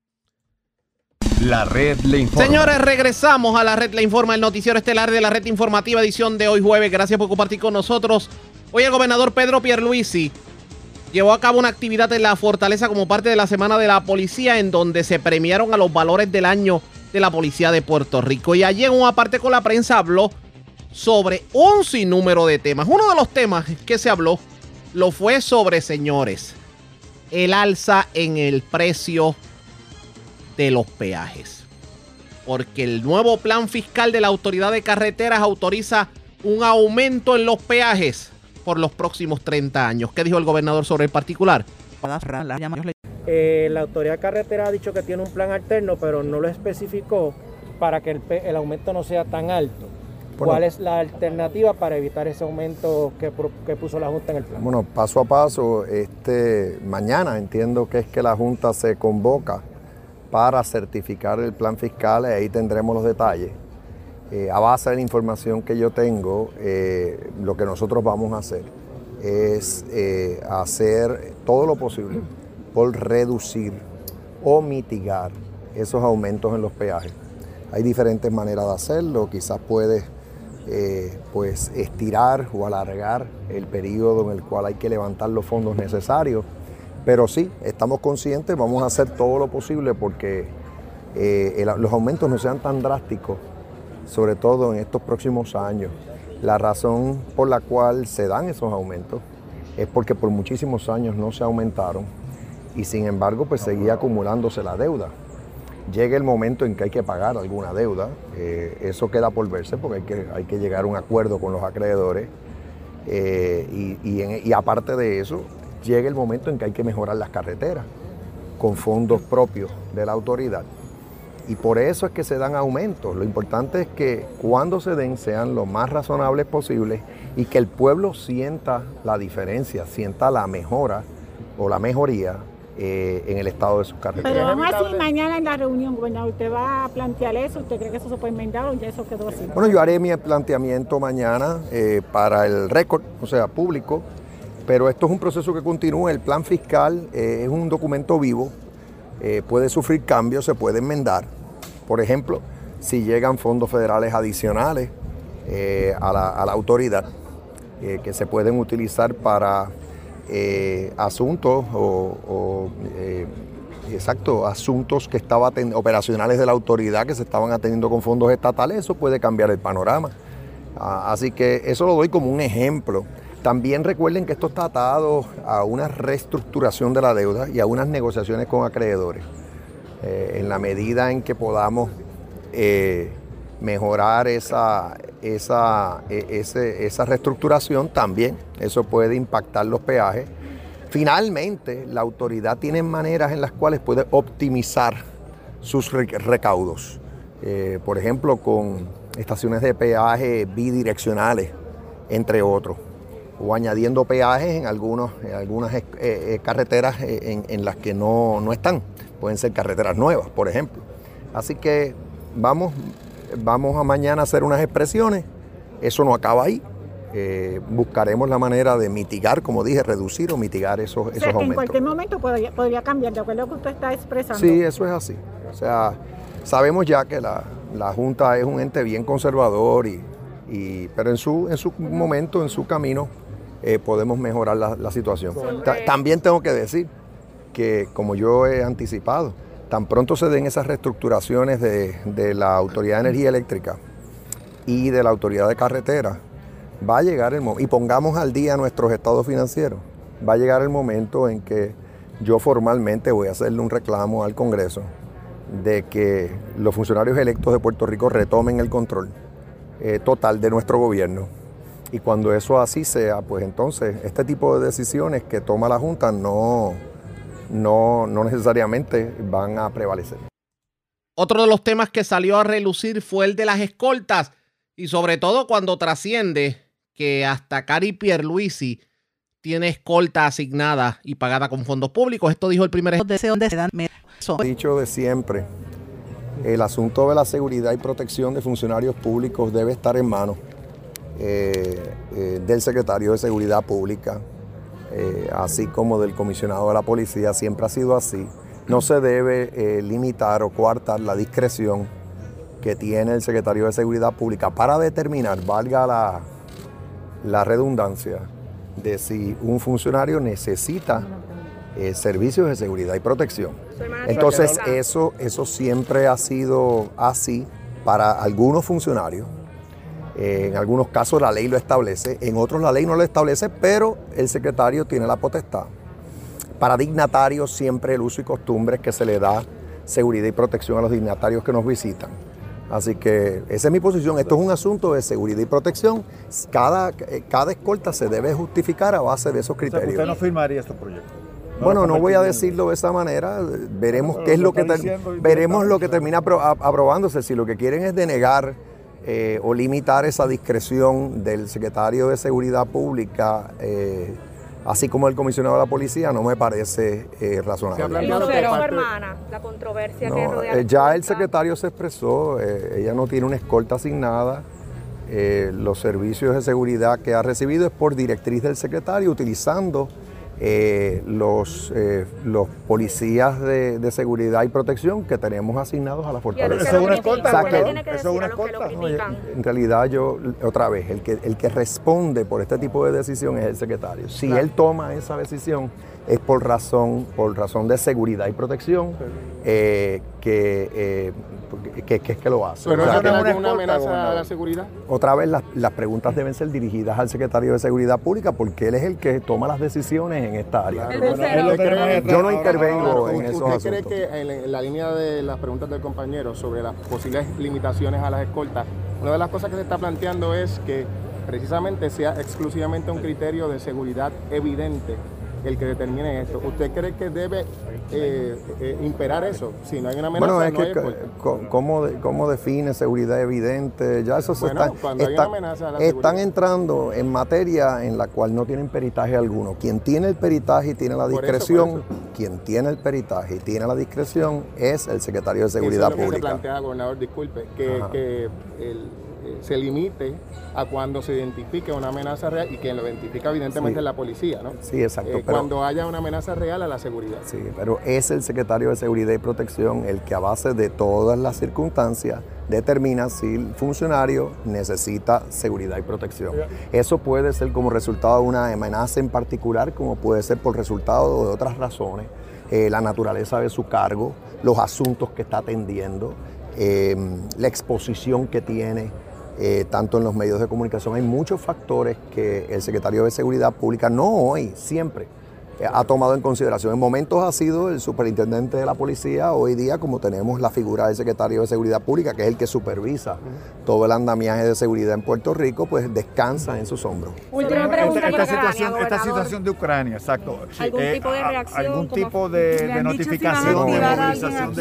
La Red Le Informa.
Señores, regresamos a La Red Le Informa, el noticiero estelar de la Red Informativa, edición de hoy jueves. Gracias por compartir con nosotros. Hoy el gobernador Pedro Pierluisi llevó a cabo una actividad en la Fortaleza como parte de la Semana de la Policía, en donde se premiaron a los valores del año de la Policía de Puerto Rico. Y allí en una parte con la prensa habló sobre un sinnúmero de temas. Uno de los temas que se habló lo fue sobre, señores, el alza en el precio de los peajes. Porque el nuevo plan fiscal de la Autoridad de Carreteras autoriza un aumento en los peajes por los próximos 30 años. ¿Qué dijo el gobernador sobre el particular?
La Autoridad de Carretera ha dicho que tiene un plan alterno, pero no lo especificó para que el aumento no sea tan alto. ¿Cuál es la alternativa para evitar ese aumento que puso la Junta en el plan?
Bueno, paso a paso, mañana entiendo que es que la Junta se convoca para certificar el plan fiscal y ahí tendremos los detalles. A base de la información que yo tengo, lo que nosotros vamos a hacer es hacer todo lo posible por reducir o mitigar esos aumentos en los peajes. Hay diferentes maneras de hacerlo, quizás puedes pues estirar o alargar el periodo en el cual hay que levantar los fondos necesarios, pero sí, estamos conscientes, vamos a hacer todo lo posible porque los aumentos no sean tan drásticos, sobre todo en estos próximos años. La razón por la cual se dan esos aumentos es porque por muchísimos años no se aumentaron y sin embargo pues seguía acumulándose la deuda. Llega el momento en que hay que pagar alguna deuda, eso queda por verse porque hay que llegar a un acuerdo con los acreedores y aparte de eso, llega el momento en que hay que mejorar las carreteras con fondos propios de la autoridad. Y por eso es que se dan aumentos. Lo importante es que cuando se den sean lo más razonables posible y que el pueblo sienta la diferencia, sienta la mejora o la mejoría en el estado de sus carreteras.
Pero aún así, mañana en la reunión, gobernador, ¿usted va a plantear eso? ¿Usted cree que eso se puede enmendar o ya eso quedó así?
Bueno, yo haré mi planteamiento mañana para el récord, o sea, público, pero esto es un proceso que continúa. El plan fiscal es un documento vivo, puede sufrir cambios, se puede enmendar. Por ejemplo, si llegan fondos federales adicionales a la autoridad que se pueden utilizar para asuntos asuntos que estaban operacionales de la autoridad que se estaban atendiendo con fondos estatales, eso puede cambiar el panorama. Así que eso lo doy como un ejemplo. También recuerden que esto está atado a una reestructuración de la deuda y a unas negociaciones con acreedores. En la medida en que podamos mejorar esa reestructuración, también eso puede impactar los peajes. Finalmente, la autoridad tiene maneras en las cuales puede optimizar sus recaudos. por ejemplo, con estaciones de peaje bidireccionales, entre otros, o añadiendo peajes en algunas carreteras en las que no están. Pueden ser carreteras nuevas, por ejemplo. Así que vamos a mañana a hacer unas expresiones. Eso no acaba ahí. Buscaremos la manera de mitigar, como dije, reducir o mitigar esos aumentos.
En cualquier momento podría cambiar, de acuerdo a lo que usted está expresando.
Sí, eso es así. O sea, sabemos ya que la Junta es un ente bien conservador, pero en su momento, en su camino, podemos mejorar la situación. También tengo que decir que, como yo he anticipado, tan pronto se den esas reestructuraciones de la Autoridad de Energía Eléctrica y de la Autoridad de Carretera, va a llegar el momento, y pongamos al día nuestros estados financieros, va a llegar el momento en que yo formalmente voy a hacerle un reclamo al Congreso de que los funcionarios electos de Puerto Rico retomen el control total de nuestro gobierno. Y cuando eso así sea, pues entonces este tipo de decisiones que toma la Junta no necesariamente van a prevalecer.
Otro de los temas que salió a relucir fue el de las escoltas, y sobre todo cuando trasciende que hasta Cari Pierluisi tiene escolta asignada y pagada con fondos públicos. Esto dijo el primer
Dicho de siempre, el asunto de la seguridad y protección de funcionarios públicos debe estar en manos del secretario de Seguridad Pública, así como del comisionado de la policía. Siempre ha sido así. No se debe limitar o coartar la discreción que tiene el secretario de Seguridad Pública para determinar, valga la redundancia, de si un funcionario necesita servicios de seguridad y protección. Entonces eso siempre ha sido así para algunos funcionarios. En algunos casos la ley lo establece, en otros la ley no lo establece, pero el secretario tiene la potestad. Para dignatarios siempre el uso y costumbre es que se le da seguridad y protección a los dignatarios que nos visitan. Así que esa es mi posición. Esto es un asunto de seguridad y protección. Cada escolta se debe justificar a base de esos criterios.
O sea, ¿usted no firmaría este proyecto?
Bueno, no voy a decirlo de esa manera. Veremos qué es lo que termina aprobándose. Si lo que quieren es denegar o limitar esa discreción del secretario de Seguridad Pública, así como el comisionado de la policía, no me parece razonable.
La controversia que rodea.
Ya el secretario se expresó, ella no tiene una escolta asignada. Los servicios de seguridad que ha recibido es por directriz del secretario, utilizando los policías de seguridad y protección que tenemos asignados a la fortaleza.
¿Eso es una escolta?
¿Eso es una escolta? En realidad otra vez, el que responde por este tipo de decisión es el secretario. Si él toma esa decisión es por razón de seguridad y protección que lo hace.
¿Pero eso no es una amenaza a la seguridad?
Otra vez, las preguntas deben ser dirigidas al secretario de Seguridad Pública porque él es el que toma las decisiones en esta área. Yo no intervengo en esos asuntos.
¿Usted cree que en la línea de las preguntas del compañero sobre las posibles limitaciones a las escoltas, una de las cosas que se está planteando es que precisamente sea exclusivamente un criterio de seguridad evidente el que determine esto? ¿Usted cree que debe imperar eso? Si no hay una amenaza,
bueno, es que ¿cómo define seguridad evidente? Ya eso están entrando en materia en la cual no tienen peritaje alguno. Quien tiene el peritaje y tiene la discreción, quien tiene el peritaje y tiene la discreción es el secretario de Seguridad Pública.
Se plantea, gobernador, disculpe, que se limite a cuando se identifique una amenaza real y quien lo identifica evidentemente es la policía, ¿no?
Sí, exacto.
Cuando haya una amenaza real a la seguridad.
Sí, pero es el secretario de Seguridad y Protección el que a base de todas las circunstancias determina si el funcionario necesita seguridad y protección. Eso puede ser como resultado de una amenaza en particular, como puede ser por resultado de otras razones, la naturaleza de su cargo, los asuntos que está atendiendo, la exposición que tiene, tanto en los medios de comunicación. Hay muchos factores que el secretario de Seguridad Pública, no hoy, siempre ha tomado en consideración. En momentos ha sido el superintendente de la policía, hoy día como tenemos la figura del secretario de Seguridad Pública, que es el que supervisa todo el andamiaje de seguridad en Puerto Rico, pues descansa en sus hombros.
Última pregunta esta situación de Ucrania, exacto.
¿Algún tipo de reacción?
¿Algún tipo de notificación de movilización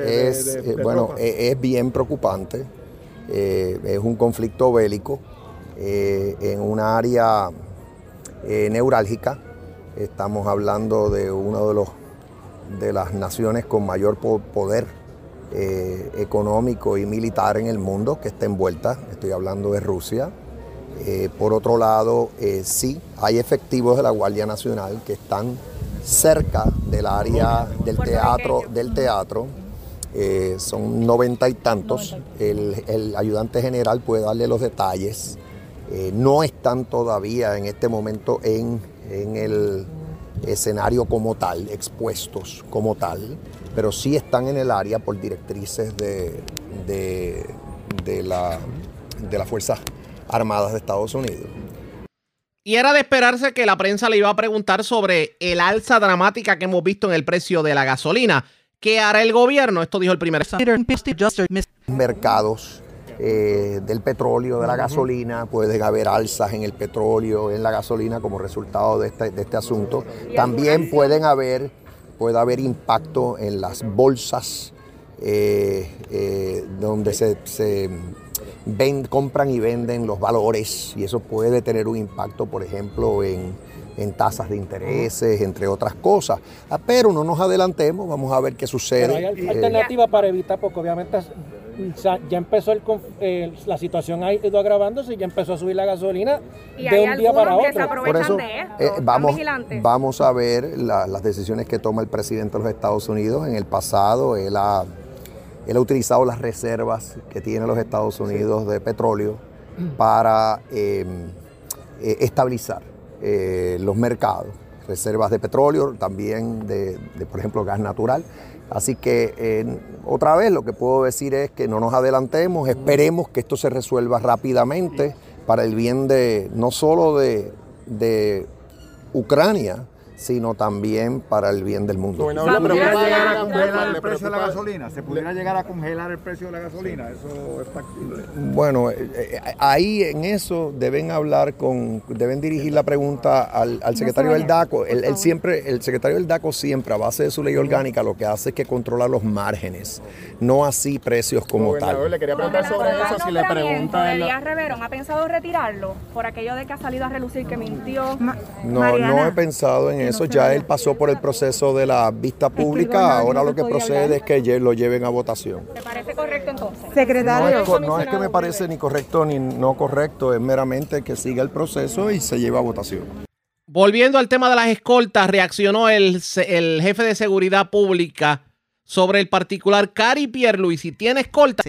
es bien preocupante. Es un conflicto bélico en un área neurálgica. Estamos hablando de una de las naciones con mayor poder económico y militar en el mundo que está envuelta. Estoy hablando de Rusia. Por otro lado, sí, hay efectivos de la Guardia Nacional que están cerca del área del teatro. Son 90 y tantos. El ayudante general puede darle los detalles. No están todavía en este momento en el escenario como tal, expuestos como tal, pero sí están en el área por directrices de las Fuerzas Armadas de Estados Unidos.
Y era de esperarse que la prensa le iba a preguntar sobre el alza dramática que hemos visto en el precio de la gasolina. ¿Qué hará el gobierno? Esto dijo el primer
mercados del petróleo, de la gasolina, pueden haber alzas en el petróleo, en la gasolina como resultado de este asunto. También puede haber impacto en las bolsas donde se compran y venden los valores, y eso puede tener un impacto, por ejemplo, en tasas de intereses, entre otras cosas. Pero no nos adelantemos, vamos a ver qué sucede.
Pero hay alternativas para evitar, porque obviamente ya empezó la situación, ha ido agravándose y ya empezó a subir la gasolina de un día para otro.
Por eso vamos a ver las decisiones que toma el presidente de los Estados Unidos. En el pasado él ha utilizado las reservas que tiene los Estados Unidos de petróleo para estabilizar los mercados, reservas de petróleo, también de por ejemplo, gas natural. Así que otra vez lo que puedo decir es que no nos adelantemos, esperemos que esto se resuelva rápidamente para el bien no solo de Ucrania, sino también para el bien del mundo.
¿Se pudiera llegar a congelar el precio de la gasolina? ¿Se pudiera llegar a congelar el precio de la gasolina? ¿Eso es factible?
Bueno, ahí en eso deben dirigir la pregunta al secretario del DACO. El secretario del DACO siempre, a base de su ley orgánica, lo que hace es que controla los márgenes, no así precios como tal.
Le quería preguntar sobre eso, si le pregunta...
Elías Reverón, ¿ha pensado retirarlo por aquello de que ha salido a relucir que mintió?
No he pensado en eso. Ya él pasó por el proceso de la vista pública, ahora lo que procede es que lo lleven a votación.
¿Te parece correcto entonces?
Secretario. No es que me parece ni correcto ni no correcto, es meramente que siga el proceso y se lleve a votación.
Volviendo al tema de las escoltas, reaccionó el jefe de Seguridad Pública sobre el particular Cari Pierluisi. ¿Tiene escolta?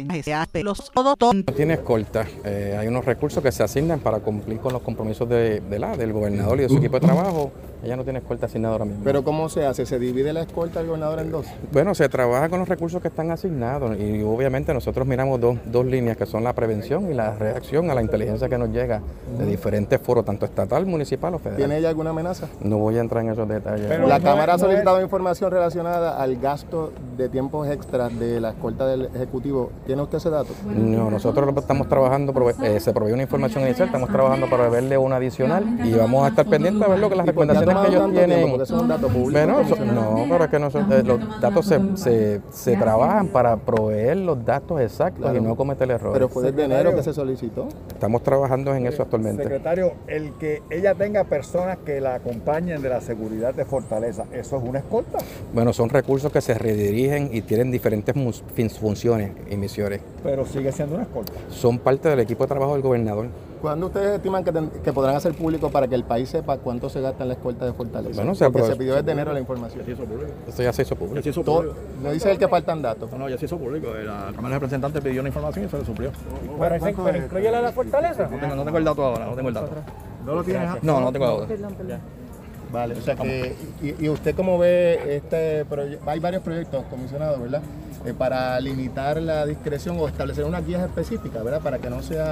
No tiene escolta. Hay unos recursos que se asignan para cumplir con los compromisos del gobernador y de su equipo de trabajo. Ella no tiene escolta asignada ahora mismo.
¿Pero cómo se hace? ¿Se divide la escolta del gobernador en dos?
Bueno, se trabaja con los recursos que están asignados y obviamente nosotros miramos dos líneas que son la prevención y la reacción a la inteligencia que nos llega de diferentes foros, tanto estatal, municipal o federal.
¿Tiene ella alguna amenaza?
No voy a entrar en esos detalles.
Pero la Cámara ha solicitado información relacionada al gasto de tiempos extras de la escolta del Ejecutivo. ¿Tiene usted ese dato?
No, nosotros estamos trabajando, se proveyó una información inicial, estamos trabajando para verle una adicional y vamos a estar pendientes a ver lo que las recomendaciones que ellos tienen.
Porque eso es un dato público.
Bueno,
no, pero es que los datos se trabajan para proveer los datos exactos, claro, y no cometer errores.
Pero fue desde enero que se solicitó.
Estamos trabajando en eso actualmente.
Secretario, el que ella tenga personas que la acompañen de la seguridad de Fortaleza, ¿eso es una escolta?
Bueno, son recursos que se redirigen y tienen diferentes funciones y misiones.
Pero sigue siendo una escolta.
Son parte del equipo de trabajo del gobernador.
¿Cuándo ustedes estiman que podrán hacer público para que el país sepa cuánto se gasta en la escolta de Fortaleza?
Bueno,
porque se pidió desde enero la información.
Esto ya se hizo público.
¿No dice él que faltan datos?
No, ya se hizo público. La Cámara de Representantes pidió una información y se le suplió.
¿Pero incluye la de la Fortaleza?
No tengo el dato ahora, no tengo el dato.
¿No lo tienes?
No tengo ahora.
Vale, o sea que, y usted cómo ve este proyecto, hay varios proyectos comisionados, ¿verdad? Para limitar la discreción o establecer unas guías específicas, ¿verdad? Para que no sea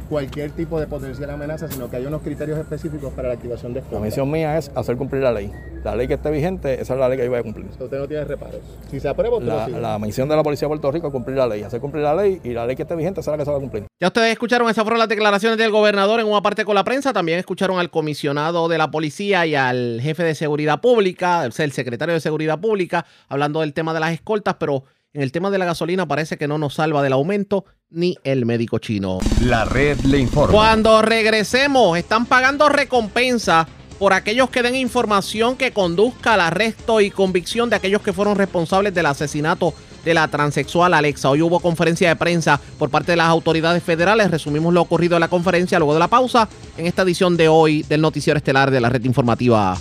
cualquier tipo de potencial amenaza, sino que hay unos criterios específicos para la activación de escolta.
La misión mía es hacer cumplir la ley. La ley que esté vigente, esa es la ley que yo voy a cumplir.
Usted no tiene reparos. Si se aprueba, usted lo sigue.
La misión de la Policía de Puerto Rico es cumplir la ley, hacer cumplir la ley, y la ley que esté vigente, esa es la que se va a cumplir.
Ya ustedes escucharon, esas fueron las declaraciones del gobernador en una parte con la prensa. También escucharon al comisionado de la policía y al jefe de seguridad pública, el secretario de seguridad pública, hablando del tema de las escoltas, pero en el tema de la gasolina parece que no nos salva del aumento ni el médico chino.
La red le informa.
Cuando regresemos, están pagando recompensa por aquellos que den información que conduzca al arresto y convicción de aquellos que fueron responsables del asesinato de la transexual Alexa. Hoy hubo conferencia de prensa por parte de las autoridades federales. Resumimos lo ocurrido en la conferencia luego de la pausa en esta edición de hoy del Noticiero Estelar de la Red Informativa.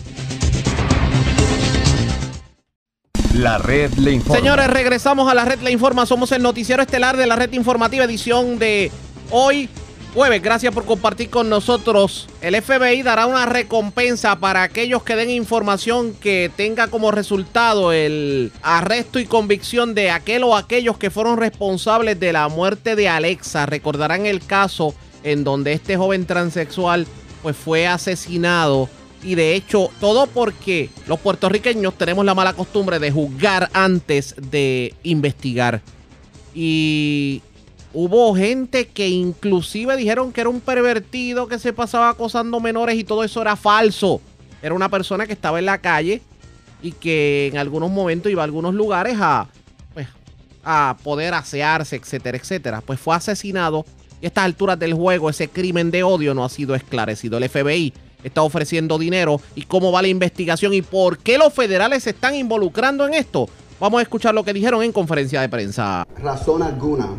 La red le informa.
Señores, regresamos a la red le informa. Somos el Noticiero Estelar de la Red Informativa, edición de hoy, jueves. Gracias por compartir con nosotros. El FBI dará una recompensa para aquellos que den información que tenga como resultado el arresto y convicción de aquel o aquellos que fueron responsables de la muerte de Alexa. Recordarán el caso en donde este joven transexual pues fue asesinado. Y de hecho, todo porque los puertorriqueños tenemos la mala costumbre de juzgar antes de investigar. Y hubo gente que inclusive dijeron que era un pervertido, que se pasaba acosando menores, y todo eso era falso. Era una persona que estaba en la calle y que en algunos momentos iba a algunos lugares a poder asearse, etcétera, etcétera. Pues fue asesinado y a estas alturas del juego ese crimen de odio no ha sido esclarecido. El FBI está ofreciendo dinero. ¿Y cómo va la investigación? ¿Y por qué los federales se están involucrando en esto? Vamos a escuchar lo que dijeron en conferencia de prensa.
Razón alguna.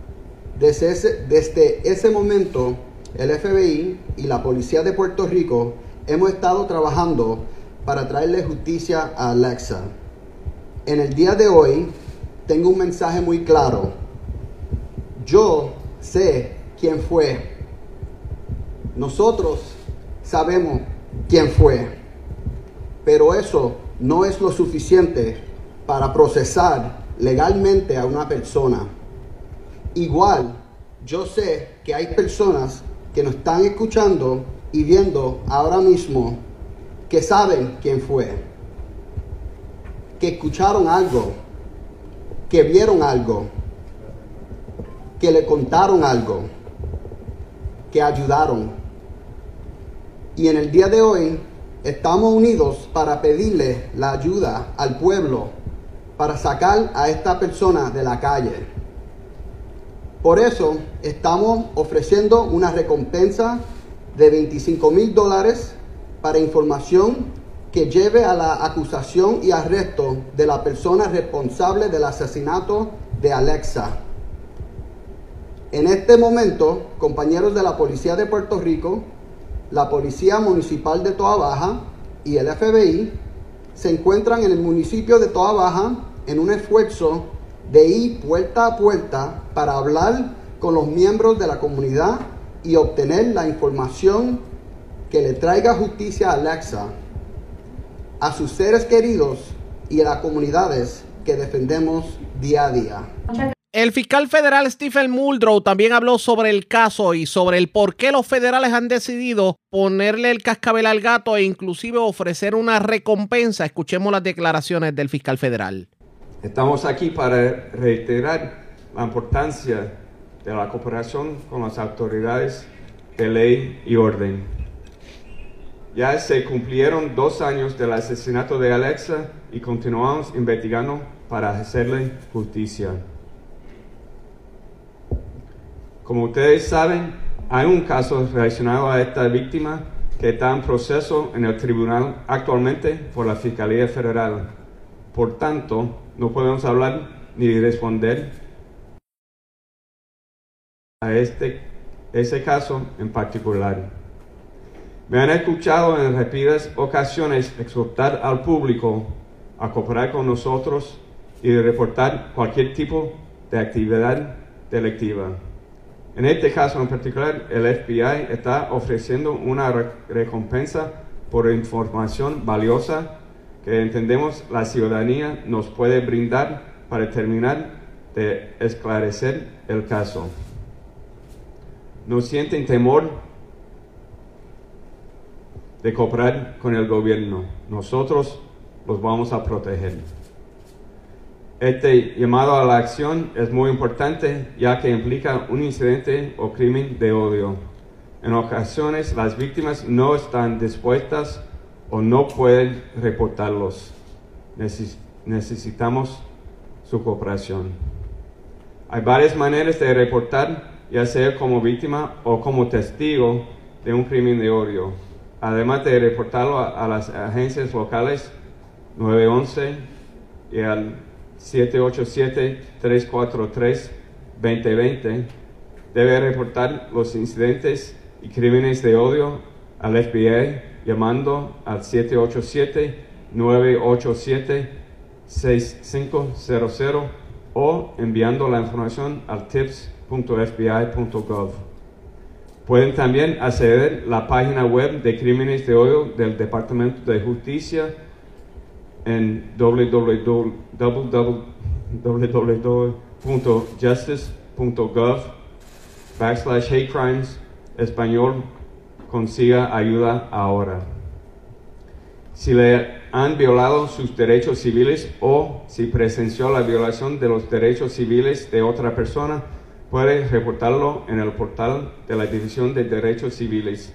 Desde ese momento, el FBI y la Policía de Puerto Rico hemos estado trabajando para traerle justicia a Alexa. En el día de hoy, tengo un mensaje muy claro. Yo sé quién fue. Nosotros sabemos quién fue, pero eso no es lo suficiente para procesar legalmente a una persona. Igual, yo sé que hay personas que nos están escuchando y viendo ahora mismo que saben quién fue, que escucharon algo, que vieron algo, que le contaron algo, que ayudaron. Y en el día de hoy estamos unidos para pedirle la ayuda al pueblo para sacar a esta persona de la calle. Por eso estamos ofreciendo una recompensa de $25,000 para información que lleve a la acusación y arresto de la persona responsable del asesinato de Alexa. En este momento, compañeros de la Policía de Puerto Rico, la Policía Municipal de Toa Baja y el FBI se encuentran en el municipio de Toa Baja en un esfuerzo de ir puerta a puerta para hablar con los miembros de la comunidad y obtener la información que le traiga justicia a Alexa, a sus seres queridos y a las comunidades que defendemos día a día.
El fiscal federal Stephen Muldrow también habló sobre el caso y sobre el por qué los federales han decidido ponerle el cascabel al gato e inclusive ofrecer una recompensa. Escuchemos las declaraciones del fiscal federal.
Estamos aquí para reiterar la importancia de la cooperación con las autoridades de ley y orden. Ya se cumplieron 2 años del asesinato de Alexa y continuamos investigando para hacerle justicia. Como ustedes saben, hay un caso relacionado a esta víctima que está en proceso en el tribunal actualmente por la Fiscalía Federal. Por tanto, no podemos hablar ni responder a ese caso en particular. Me han escuchado en repetidas ocasiones exhortar al público a cooperar con nosotros y reportar cualquier tipo de actividad delictiva. En este caso en particular, el FBI está ofreciendo una recompensa por información valiosa que entendemos la ciudadanía nos puede brindar para terminar de esclarecer el caso. no sienten temor de cooperar con el gobierno. Nosotros los vamos a proteger. Este llamado a la acción es muy importante ya que implica un incidente o crimen de odio. En ocasiones las víctimas no están dispuestas o no pueden reportarlos. Necesitamos su cooperación. Hay varias maneras de reportar, ya sea como víctima o como testigo de un crimen de odio. Además de reportarlo a las agencias locales 911 y al 787-343-2020, debe reportar los incidentes y crímenes de odio al FBI llamando al 787-987-6500 o enviando la información al tips.fbi.gov. Pueden también acceder a la página web de crímenes de odio del Departamento de Justicia en www.justice.gov/hate crimes, español, consiga ayuda ahora. Si le han violado sus derechos civiles o si presenció la violación de los derechos civiles de otra persona, puede reportarlo en el portal de la División de Derechos Civiles,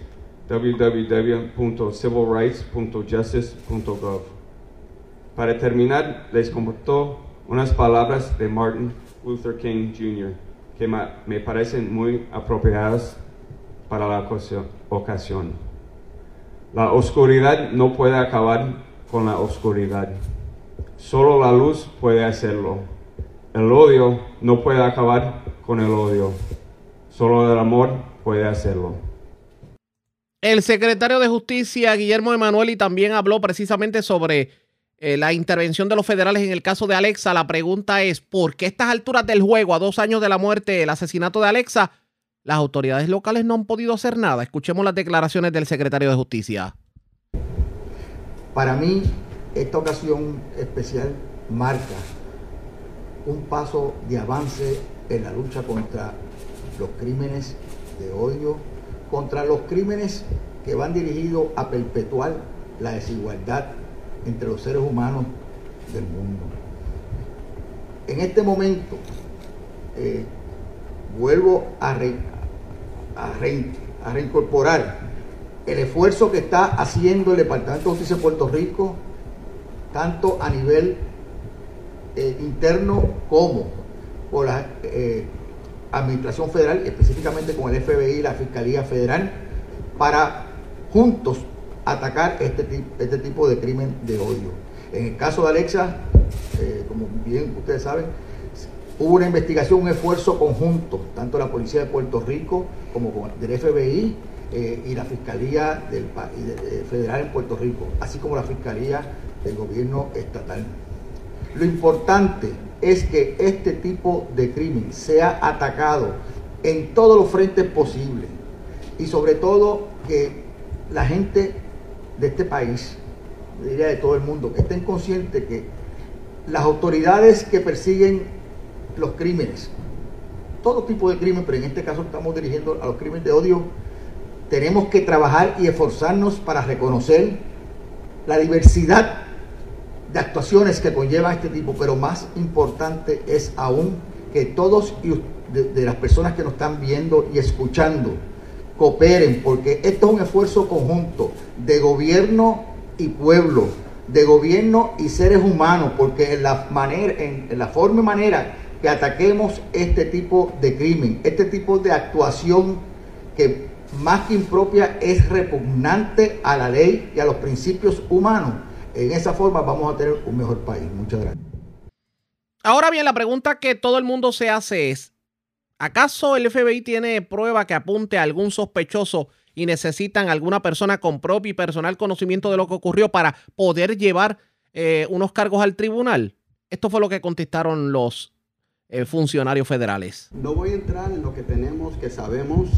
www.civilrights.justice.gov. Para terminar, les comparto unas palabras de Martin Luther King Jr. que me parecen muy apropiadas para la ocasión. La oscuridad no puede acabar con la oscuridad. Solo la luz puede hacerlo. El odio no puede acabar con el odio. Solo el amor puede hacerlo.
El secretario de Justicia, Guillermo Emanueli, también habló precisamente sobre la intervención de los federales en el caso de Alexa. La pregunta es, ¿por qué a estas alturas del juego, a 2 años de la muerte, el asesinato de Alexa, las autoridades locales no han podido hacer nada? Escuchemos las declaraciones del secretario de Justicia.
Para mí, esta ocasión especial marca un paso de avance en la lucha contra los crímenes de odio, contra los crímenes que van dirigidos a perpetuar la desigualdad entre los seres humanos del mundo. En este momento, vuelvo a reincorporar el esfuerzo que está haciendo el Departamento de Justicia de Puerto Rico, tanto a nivel interno como por la Administración Federal, específicamente con el FBI y la Fiscalía Federal, para juntos atacar este tipo de crimen de odio. En el caso de Alexa, como bien ustedes saben, hubo una investigación, un esfuerzo conjunto, tanto de la Policía de Puerto Rico como del FBI y la Fiscalía Federal en Puerto Rico, así como la Fiscalía del Gobierno Estatal. Lo importante es que este tipo de crimen sea atacado en todos los frentes posibles y sobre todo que la gente de este país, diría de todo el mundo, que estén conscientes que las autoridades que persiguen los crímenes, todo tipo de crimen, pero en este caso estamos dirigiendo a los crímenes de odio, tenemos que trabajar y esforzarnos para reconocer la diversidad de actuaciones que conlleva este tipo, pero más importante es aún que todos de las personas que nos están viendo y escuchando cooperen, porque esto es un esfuerzo conjunto de gobierno y pueblo, de gobierno y seres humanos, porque en la forma y manera que ataquemos este tipo de crimen, este tipo de actuación que más que impropia es repugnante a la ley y a los principios humanos, en esa forma vamos a tener un mejor país. Muchas gracias.
Ahora bien, la pregunta que todo el mundo se hace es, ¿acaso el FBI tiene prueba que apunte a algún sospechoso y necesitan alguna persona con propio y personal conocimiento de lo que ocurrió para poder llevar unos cargos al tribunal? Esto fue lo que contestaron los funcionarios federales.
No voy a entrar en lo que tenemos, que sabemos.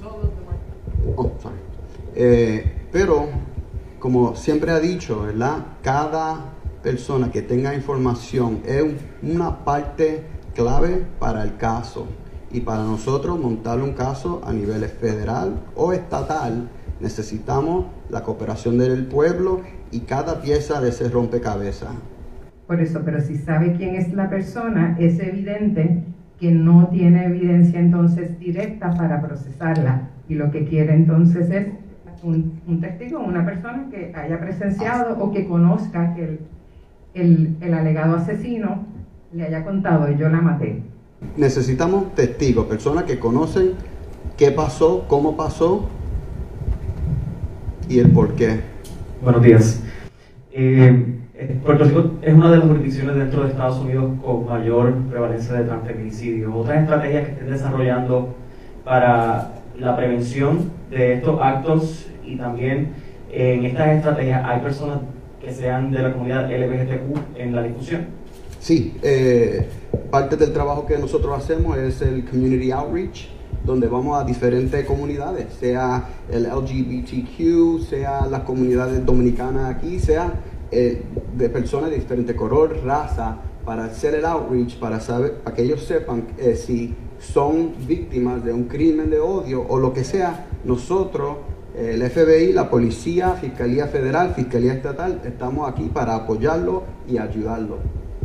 Pero, como siempre ha dicho, ¿verdad? Cada persona que tenga información es una parte clave para el caso. Y para nosotros montar un caso a nivel federal o estatal, necesitamos la cooperación del pueblo y cada pieza de ese rompecabezas.
Por eso, pero si sabe quién es la persona, es evidente que no tiene evidencia entonces directa para procesarla. Y lo que quiere entonces es un testigo, una persona que haya presenciado o que conozca que el alegado asesino le haya contado: yo la maté.
Necesitamos testigos, personas que conocen qué pasó, cómo pasó y el por qué.
Buenos días. Puerto Rico es una de las jurisdicciones dentro de Estados Unidos con mayor prevalencia de transfeminicidios. Otras estrategias que estén desarrollando para la prevención de estos actos, y también en estas estrategias hay personas que sean de la comunidad LGBTQ en la discusión.
Sí, parte del trabajo que nosotros hacemos es el Community Outreach, donde vamos a diferentes comunidades, sea el LGBTQ, sea las comunidades dominicanas aquí, sea de personas de diferente color, raza, para hacer el outreach, para que ellos sepan si son víctimas de un crimen de odio o lo que sea. Nosotros, el FBI, la policía, Fiscalía Federal, Fiscalía Estatal, estamos aquí para apoyarlo y ayudarlo.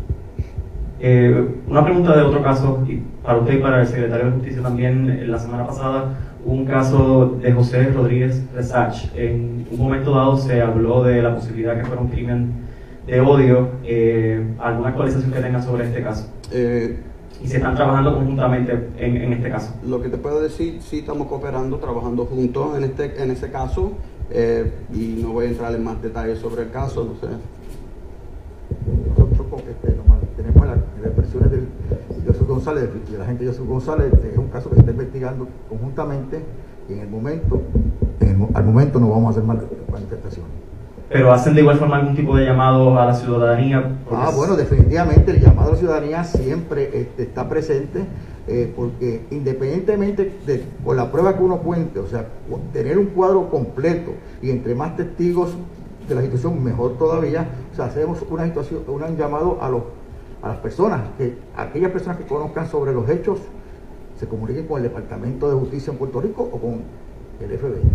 Una pregunta de otro caso, y para usted y para el secretario de Justicia también. La semana pasada hubo un caso de José Rodríguez Resach. En un momento dado se habló de la posibilidad que fuera un crimen de odio. ¿Alguna actualización que tenga sobre este caso? ¿Y se están trabajando conjuntamente en este caso?
Lo que te puedo decir, sí estamos cooperando, trabajando juntos en ese caso, y no voy a entrar en más detalles sobre el caso, no sé.
Nosotros tenemos las expresiones de José González, de la gente de José González. Es un caso que se está investigando conjuntamente, y al momento no vamos a hacer más manifestaciones.
¿Pero hacen de igual forma algún tipo de llamado a la ciudadanía?
Bueno, definitivamente el llamado a la ciudadanía siempre está presente, porque independientemente de con la prueba que uno cuente, o sea, tener un cuadro completo y entre más testigos de la situación, mejor todavía. O sea, hacemos un llamado a las personas, aquellas personas que conozcan sobre los hechos, se comuniquen con el Departamento de Justicia en Puerto Rico o con el FBI.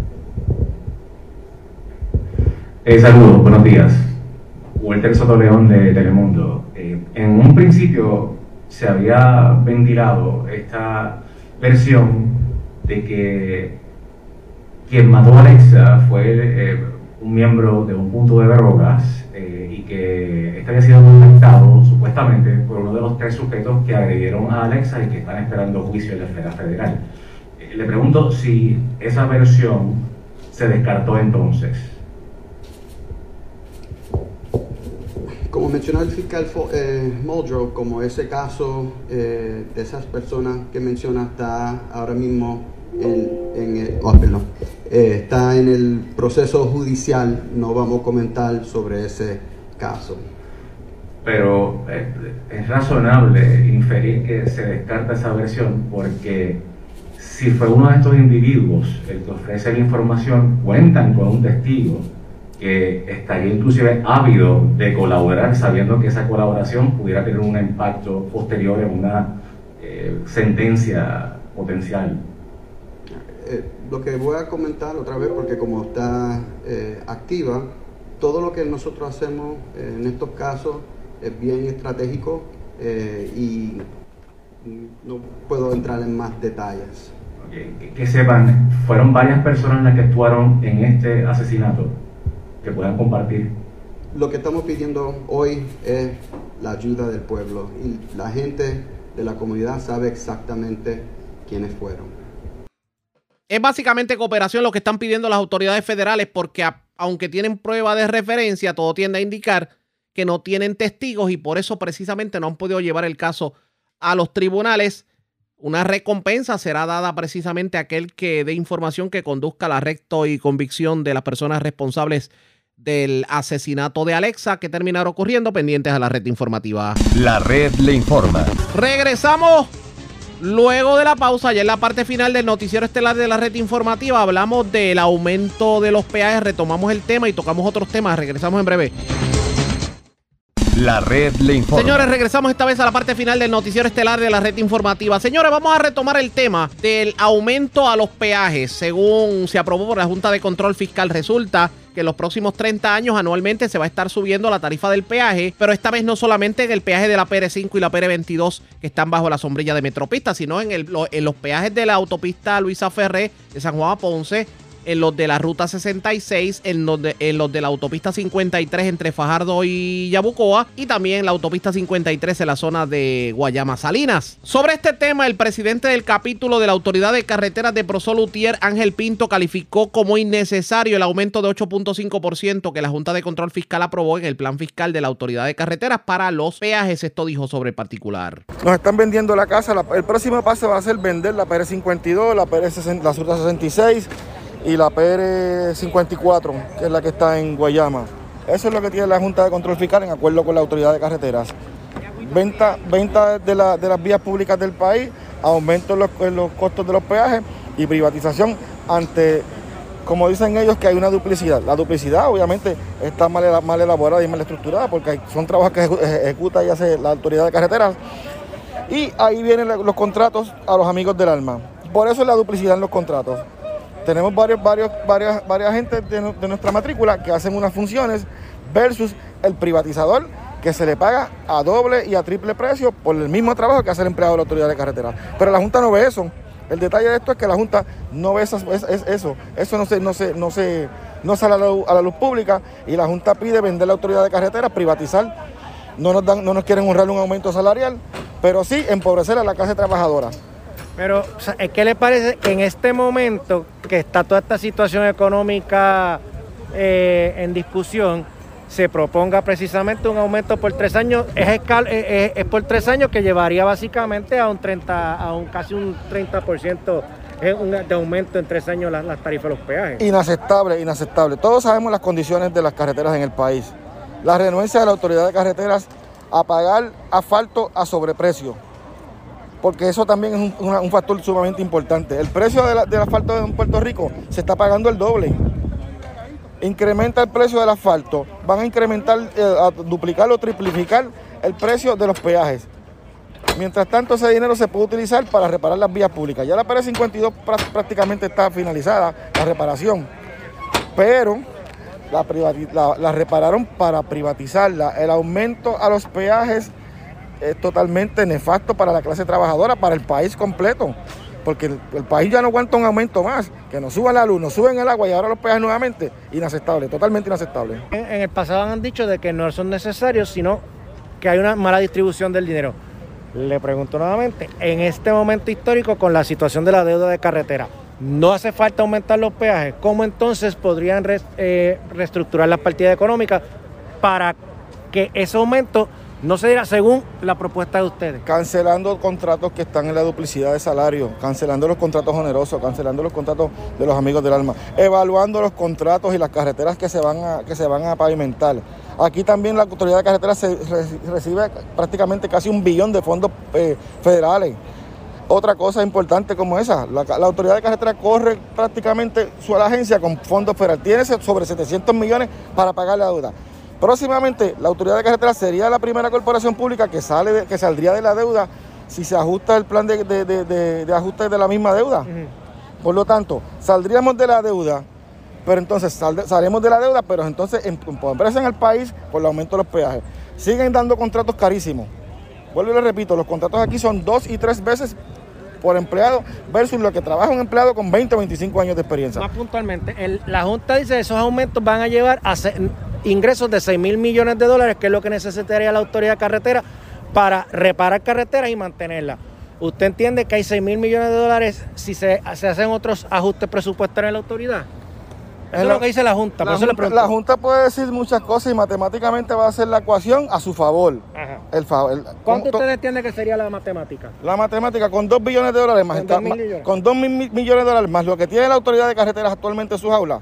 Saludos, buenos días. Walter Soto León de Telemundo. En un principio se había ventilado esta versión de que quien mató a Alexa fue un miembro de un punto de drogas, y que este había sido contactado supuestamente por uno de los 3 sujetos que agredieron a Alexa y que están esperando juicio en la esfera federal. Le pregunto si esa versión se descartó entonces.
Como mencionó el fiscal Muldrow, como ese caso de esas personas que menciona está ahora mismo está en el proceso judicial, no vamos a comentar sobre ese caso.
Pero es razonable inferir que se descarta esa versión, porque si fue uno de estos individuos el que ofrece la información, cuentan con un testigo que estaría inclusive ávido de colaborar, sabiendo que esa colaboración pudiera tener un impacto posterior en una sentencia potencial.
Lo que voy a comentar otra vez, porque como está activa, todo lo que nosotros hacemos en estos casos es bien estratégico, y no puedo entrar en más detalles.
Que sepan, ¿fueron varias personas las que actuaron en este asesinato? Que puedan compartir.
Lo que estamos pidiendo hoy es la ayuda del pueblo, y la gente de la comunidad sabe exactamente quiénes fueron.
Es básicamente cooperación lo que están pidiendo las autoridades federales, porque aunque tienen prueba de referencia, todo tiende a indicar que no tienen testigos, y por eso precisamente no han podido llevar el caso a los tribunales. Una recompensa será dada precisamente a aquel que dé información que conduzca al arresto y convicción de las personas responsables del asesinato de Alexa, que terminará ocurriendo. Pendientes a la red informativa.
La red le informa.
Regresamos luego de la pausa. Ya en la parte final del noticiero estelar de la red informativa hablamos del aumento de los peajes, retomamos el tema y tocamos otros temas. Regresamos en breve.
La Red Le Informa.
Señores, regresamos esta vez a la parte final del noticiero estelar de la Red Informativa. Señores, vamos a retomar el tema del aumento a los peajes. Según se aprobó por la Junta de Control Fiscal, resulta que en los próximos 30 años anualmente se va a estar subiendo la tarifa del peaje, pero esta vez no solamente en el peaje de la PR5 y la PR22 que están bajo la sombrilla de Metropista, sino en los peajes de la autopista Luisa Ferré de San Juan a Ponce, en los de la Ruta 66, en los de la autopista 53 entre Fajardo y Yabucoa, y también la autopista 53 en la zona de Guayama Salinas. Sobre este tema, el presidente del capítulo de la Autoridad de Carreteras de Prosol Utier, Ángel Pinto, calificó como innecesario el aumento de 8.5% que la Junta de Control Fiscal aprobó en el plan fiscal de la Autoridad de Carreteras para los peajes. Esto dijo sobre el particular.
Nos están vendiendo la casa. El próximo paso va a ser vender la PR52, la Ruta 66 y la PR54, que es la que está en Guayama. Eso es lo que tiene la Junta de Control Fiscal en acuerdo con la Autoridad de Carreteras. Venta de las vías públicas del país, aumento en los costos de los peajes y privatización ante, como dicen ellos, que hay una duplicidad. La duplicidad obviamente está mal elaborada y mal estructurada porque son trabajos que ejecuta y hace la Autoridad de Carreteras. Y ahí vienen los contratos a los amigos del alma. Por eso es la duplicidad en los contratos. Tenemos varias agentes de nuestra matrícula que hacen unas funciones versus el privatizador que se le paga a doble y a triple precio por el mismo trabajo que hace el empleado de la Autoridad de Carretera. Pero la Junta no ve eso. El detalle de esto es que la Junta no ve eso. Eso no sale a la luz pública y la Junta pide vender la Autoridad de Carretera, privatizar. No nos quieren honrar un aumento salarial, pero sí empobrecer a la clase trabajadora.
Pero, ¿qué le parece que en este momento que está toda esta situación económica en discusión, se proponga precisamente un aumento por 3 años? Es por 3 años que llevaría básicamente a casi un 30% de aumento en 3 años las tarifas de los peajes.
Inaceptable. Todos sabemos las condiciones de las carreteras en el país. La renuencia de la Autoridad de Carreteras a pagar asfalto a sobreprecio, porque eso también es un factor sumamente importante. El precio del asfalto en Puerto Rico se está pagando el doble. Incrementa el precio del asfalto, van a incrementar, a duplicar o triplificar el precio de los peajes. Mientras tanto, ese dinero se puede utilizar para reparar las vías públicas. Ya la PR52 prácticamente está finalizada, la reparación, pero la repararon para privatizarla. El aumento a los peajes es totalmente nefasto para la clase trabajadora, para el país completo, porque el país ya no aguanta un aumento más, que nos suban la luz, nos suben el agua y ahora los peajes nuevamente. Inaceptable, totalmente inaceptable.
En el pasado han dicho de que no son necesarios, sino que hay una mala distribución del dinero. Le pregunto nuevamente, en este momento histórico con la situación de la deuda de carretera, ¿no hace falta aumentar los peajes? ¿Cómo entonces podrían reestructurar las partidas económicas para que ese aumento no se diera según la propuesta de ustedes?
Cancelando contratos que están en la duplicidad de salario, cancelando los contratos onerosos, cancelando los contratos de los amigos del alma, evaluando los contratos y las carreteras que se van a pavimentar. Aquí también la Autoridad de Carreteras recibe prácticamente casi 1 billón de fondos federales. Otra cosa importante como esa, la Autoridad de Carreteras corre prácticamente su agencia con fondos federales. Tiene sobre 700 millones para pagar la deuda. Próximamente, la Autoridad de Carreteras sería la primera corporación pública que saldría de la deuda si se ajusta el plan de ajuste de la misma deuda. Por lo tanto, saldríamos de la deuda, pero entonces salimos de la deuda, pero entonces empresas en el país por el aumento de los peajes. Siguen dando contratos carísimos. Vuelvo y le repito, los contratos aquí son 2 y 3 veces por empleado versus lo que trabaja un empleado con 20 o 25 años de experiencia.
Más puntualmente, la Junta dice que esos aumentos van a llevar a ingresos de $6,000 millones, que es lo que necesitaría la Autoridad de Carretera para reparar carreteras y mantenerlas. ¿Usted entiende que hay $6,000 millones si se hacen otros ajustes presupuestarios en la autoridad? Eso es lo que dice la Junta.
La Junta puede decir muchas cosas y matemáticamente va a hacer la ecuación a su favor.
¿Cuánto usted entiende que sería la matemática?
La matemática con $2 billones más. Con $2 millones más lo que tiene la Autoridad de Carreteras actualmente en sus aulas.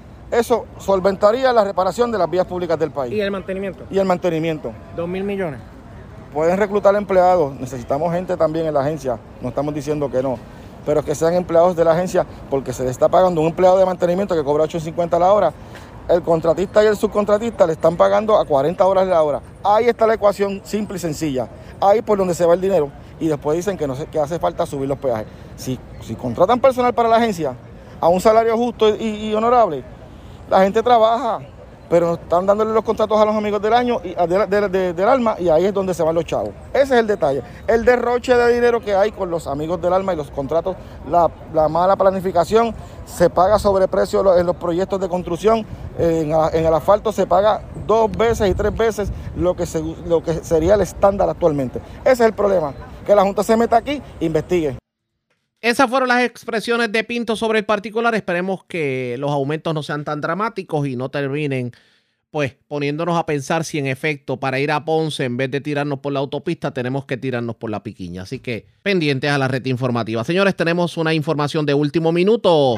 Eso solventaría la reparación de las vías públicas del país.
¿Y el mantenimiento?
Y el mantenimiento.
$2,000 millones.
Pueden reclutar empleados. Necesitamos gente también en la agencia. No estamos diciendo que no. Pero que sean empleados de la agencia, porque se le está pagando un empleado de mantenimiento que cobra $8.50 la hora el contratista y el subcontratista le están pagando a 40 horas la hora. Ahí está la ecuación simple y sencilla. Ahí por donde se va el dinero. Y después dicen que hace falta subir los peajes. Si contratan personal para la agencia a un salario justo y honorable, la gente trabaja, pero están dándole los contratos a los amigos del año y del alma, y ahí es donde se van los chavos. Ese es el detalle. El derroche de dinero que hay con los amigos del alma y los contratos, la mala planificación, se paga sobreprecio en los proyectos de construcción, en el asfalto se paga 2 veces y 3 veces lo que sería el estándar actualmente. Ese es el problema, que la Junta se meta aquí e investigue.
Esas fueron las expresiones de Pinto sobre el particular. Esperemos que los aumentos no sean tan dramáticos y no terminen pues poniéndonos a pensar si en efecto para ir a Ponce, en vez de tirarnos por la autopista, tenemos que tirarnos por la piquiña. Así que pendientes a la red informativa. Señores, tenemos una información de último minuto.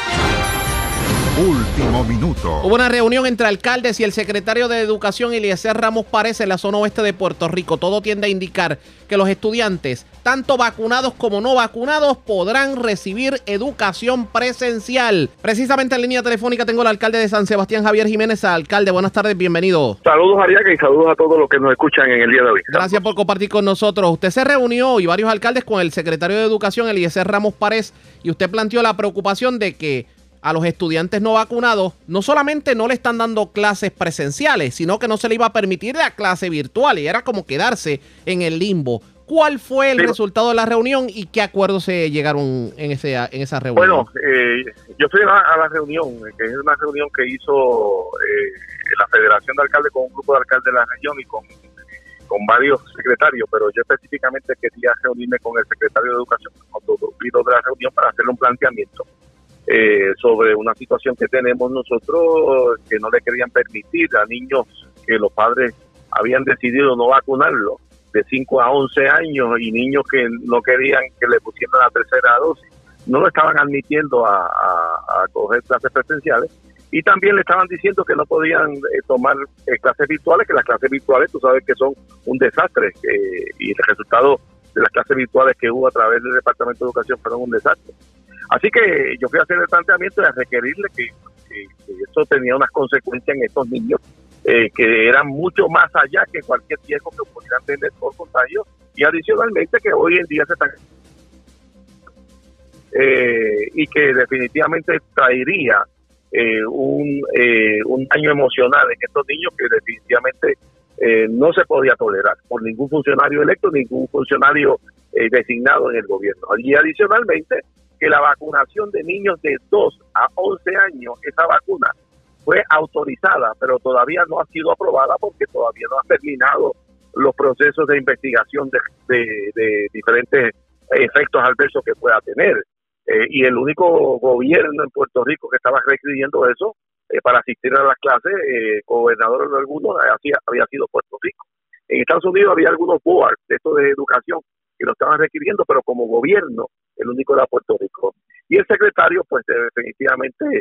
Último minuto.
Hubo una reunión entre alcaldes y el secretario de Educación, Eliezer Ramos Párez, en la zona oeste de Puerto Rico. Todo tiende a indicar que los estudiantes, tanto vacunados como no vacunados, podrán recibir educación presencial. Precisamente en línea telefónica tengo al alcalde de San Sebastián, Javier Jiménez. Alcalde, buenas tardes, bienvenido.
Saludos, Ariaga, y saludos a todos los que nos escuchan en el día de hoy.
Gracias por compartir con nosotros. Usted se reunió y varios alcaldes con el secretario de Educación, Eliezer Ramos Párez, y usted planteó la preocupación de que a los estudiantes no vacunados no solamente no le están dando clases presenciales, sino que no se le iba a permitir la clase virtual y era como quedarse en el limbo. ¿Cuál fue el resultado de la reunión y qué acuerdos se llegaron en esa reunión?
Bueno, yo fui a la reunión, que es una reunión que hizo la Federación de Alcaldes con un grupo de alcaldes de la región y con varios secretarios, pero yo específicamente quería reunirme con el secretario de Educación cuando vino de la reunión para hacerle un planteamiento sobre una situación que tenemos nosotros, que no le querían permitir a niños que los padres habían decidido no vacunarlos de 5 a 11 años y niños que no querían que le pusieran la tercera dosis, no lo estaban admitiendo a coger clases presenciales, y también le estaban diciendo que no podían tomar clases virtuales, que las clases virtuales tú sabes que son un desastre, y el resultado de las clases virtuales que hubo a través del Departamento de Educación fueron un desastre. Así que yo fui a hacer el planteamiento de requerirle que eso tenía unas consecuencias en estos niños que eran mucho más allá que cualquier riesgo que pudieran tener por contagio, y adicionalmente que hoy en día se están y que definitivamente traería un daño emocional en estos niños que definitivamente no se podía tolerar por ningún funcionario electo, ningún funcionario designado en el gobierno. Y adicionalmente que la vacunación de niños de 2 a 11 años, esa vacuna fue autorizada, pero todavía no ha sido aprobada porque todavía no ha terminado los procesos de investigación de diferentes efectos adversos que pueda tener. Y el único gobierno en Puerto Rico que estaba requiriendo eso para asistir a las clases, gobernador de algunos, había sido Puerto Rico. En Estados Unidos había algunos boards de esto de educación que lo estaban requiriendo, pero como gobierno el único era Puerto Rico. Y el secretario pues definitivamente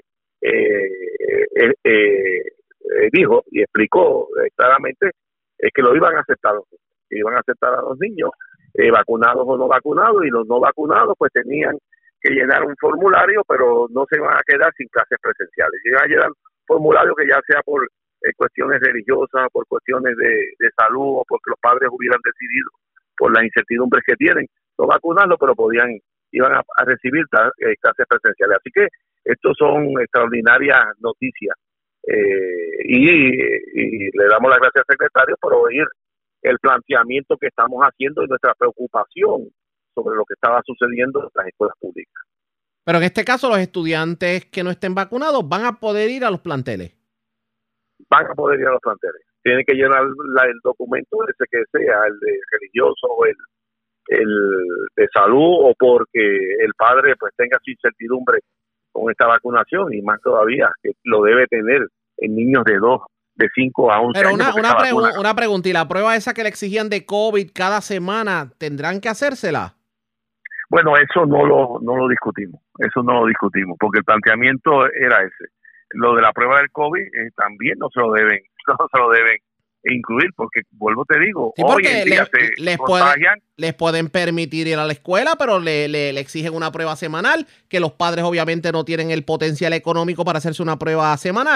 dijo y explicó claramente que lo iban a aceptar, que iban a aceptar a los niños vacunados o no vacunados, y los no vacunados pues tenían que llenar un formulario, pero no se iban a quedar sin clases presenciales. Iban a llenar un formulario que ya sea por cuestiones religiosas, por cuestiones de salud, o porque los padres hubieran decidido por las incertidumbres que tienen no vacunarlos, pero iban a recibir clases presenciales. Así que estos son extraordinarias noticias y le damos las gracias al secretario por oír el planteamiento que estamos haciendo y nuestra preocupación sobre lo que estaba sucediendo en las escuelas públicas.
Pero en este caso los estudiantes que no estén vacunados van a poder ir a los planteles.
Van a poder ir a los planteles. Tienen que llenar el documento ese que sea, el de religioso o el de salud, o porque el padre pues tenga su incertidumbre con esta vacunación, y más todavía que lo debe tener en niños de 5 a 11
Pero
años.
Pero una pregunta, ¿y la prueba esa que le exigían de COVID cada semana, tendrán que hacérsela?
Bueno, eso no lo discutimos, porque el planteamiento era ese. Lo de la prueba del COVID también no se lo deben incluir, porque vuelvo te digo,
sí,
hoy en día
les pueden permitir ir a la escuela, pero le exigen una prueba semanal, que los padres obviamente no tienen el potencial económico para hacerse una prueba semanal,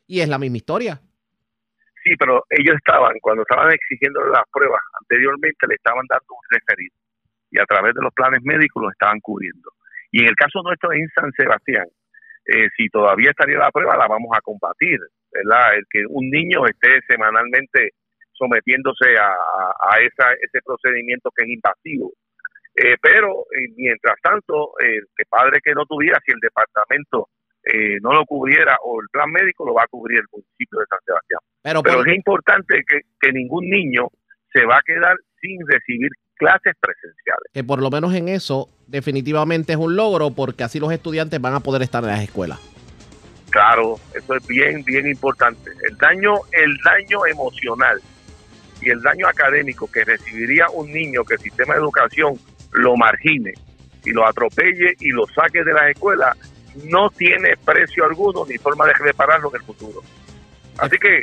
y es la misma historia.
Sí, pero ellos cuando estaban exigiendo las pruebas anteriormente, le estaban dando un referido y a través de los planes médicos lo estaban cubriendo. Y en el caso nuestro en San Sebastián, si todavía estaría la prueba, la vamos a combatir, ¿verdad? El que un niño esté semanalmente sometiéndose a ese procedimiento que es invasivo. Pero mientras tanto, el padre que no tuviera, si el departamento no lo cubriera o el plan médico, lo va a cubrir el municipio de San Sebastián. Pero es importante que ningún niño se va a quedar sin recibir clases presenciales.
Que por lo menos en eso definitivamente es un logro, porque así los estudiantes van a poder estar en las escuelas.
Claro, eso es bien importante. El daño emocional y el daño académico que recibiría un niño que el sistema de educación lo margine y lo atropelle y lo saque de las escuelas no tiene precio alguno ni forma de repararlo en el futuro. Así que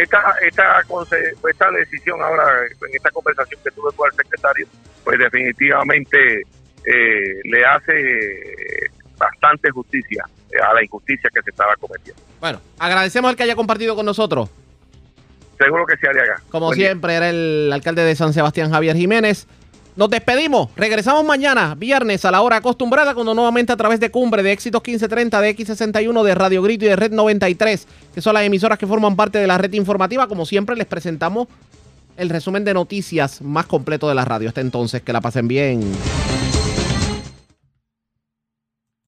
esta decisión ahora, en esta conversación que tuve con el secretario, pues definitivamente le hace bastante justicia a la injusticia que se estaba cometiendo.
Bueno, agradecemos al que haya compartido con nosotros.
Seguro que se haría.
Como siempre, era el alcalde de San Sebastián, Javier Jiménez. Nos despedimos. Regresamos mañana, viernes, a la hora acostumbrada, cuando nuevamente a través de Cumbre, de Éxitos 1530, de X61, de Radio Grito y de Red 93, que son las emisoras que forman parte de la red informativa, como siempre, les presentamos el resumen de noticias más completo de la radio. Hasta entonces, que la pasen bien.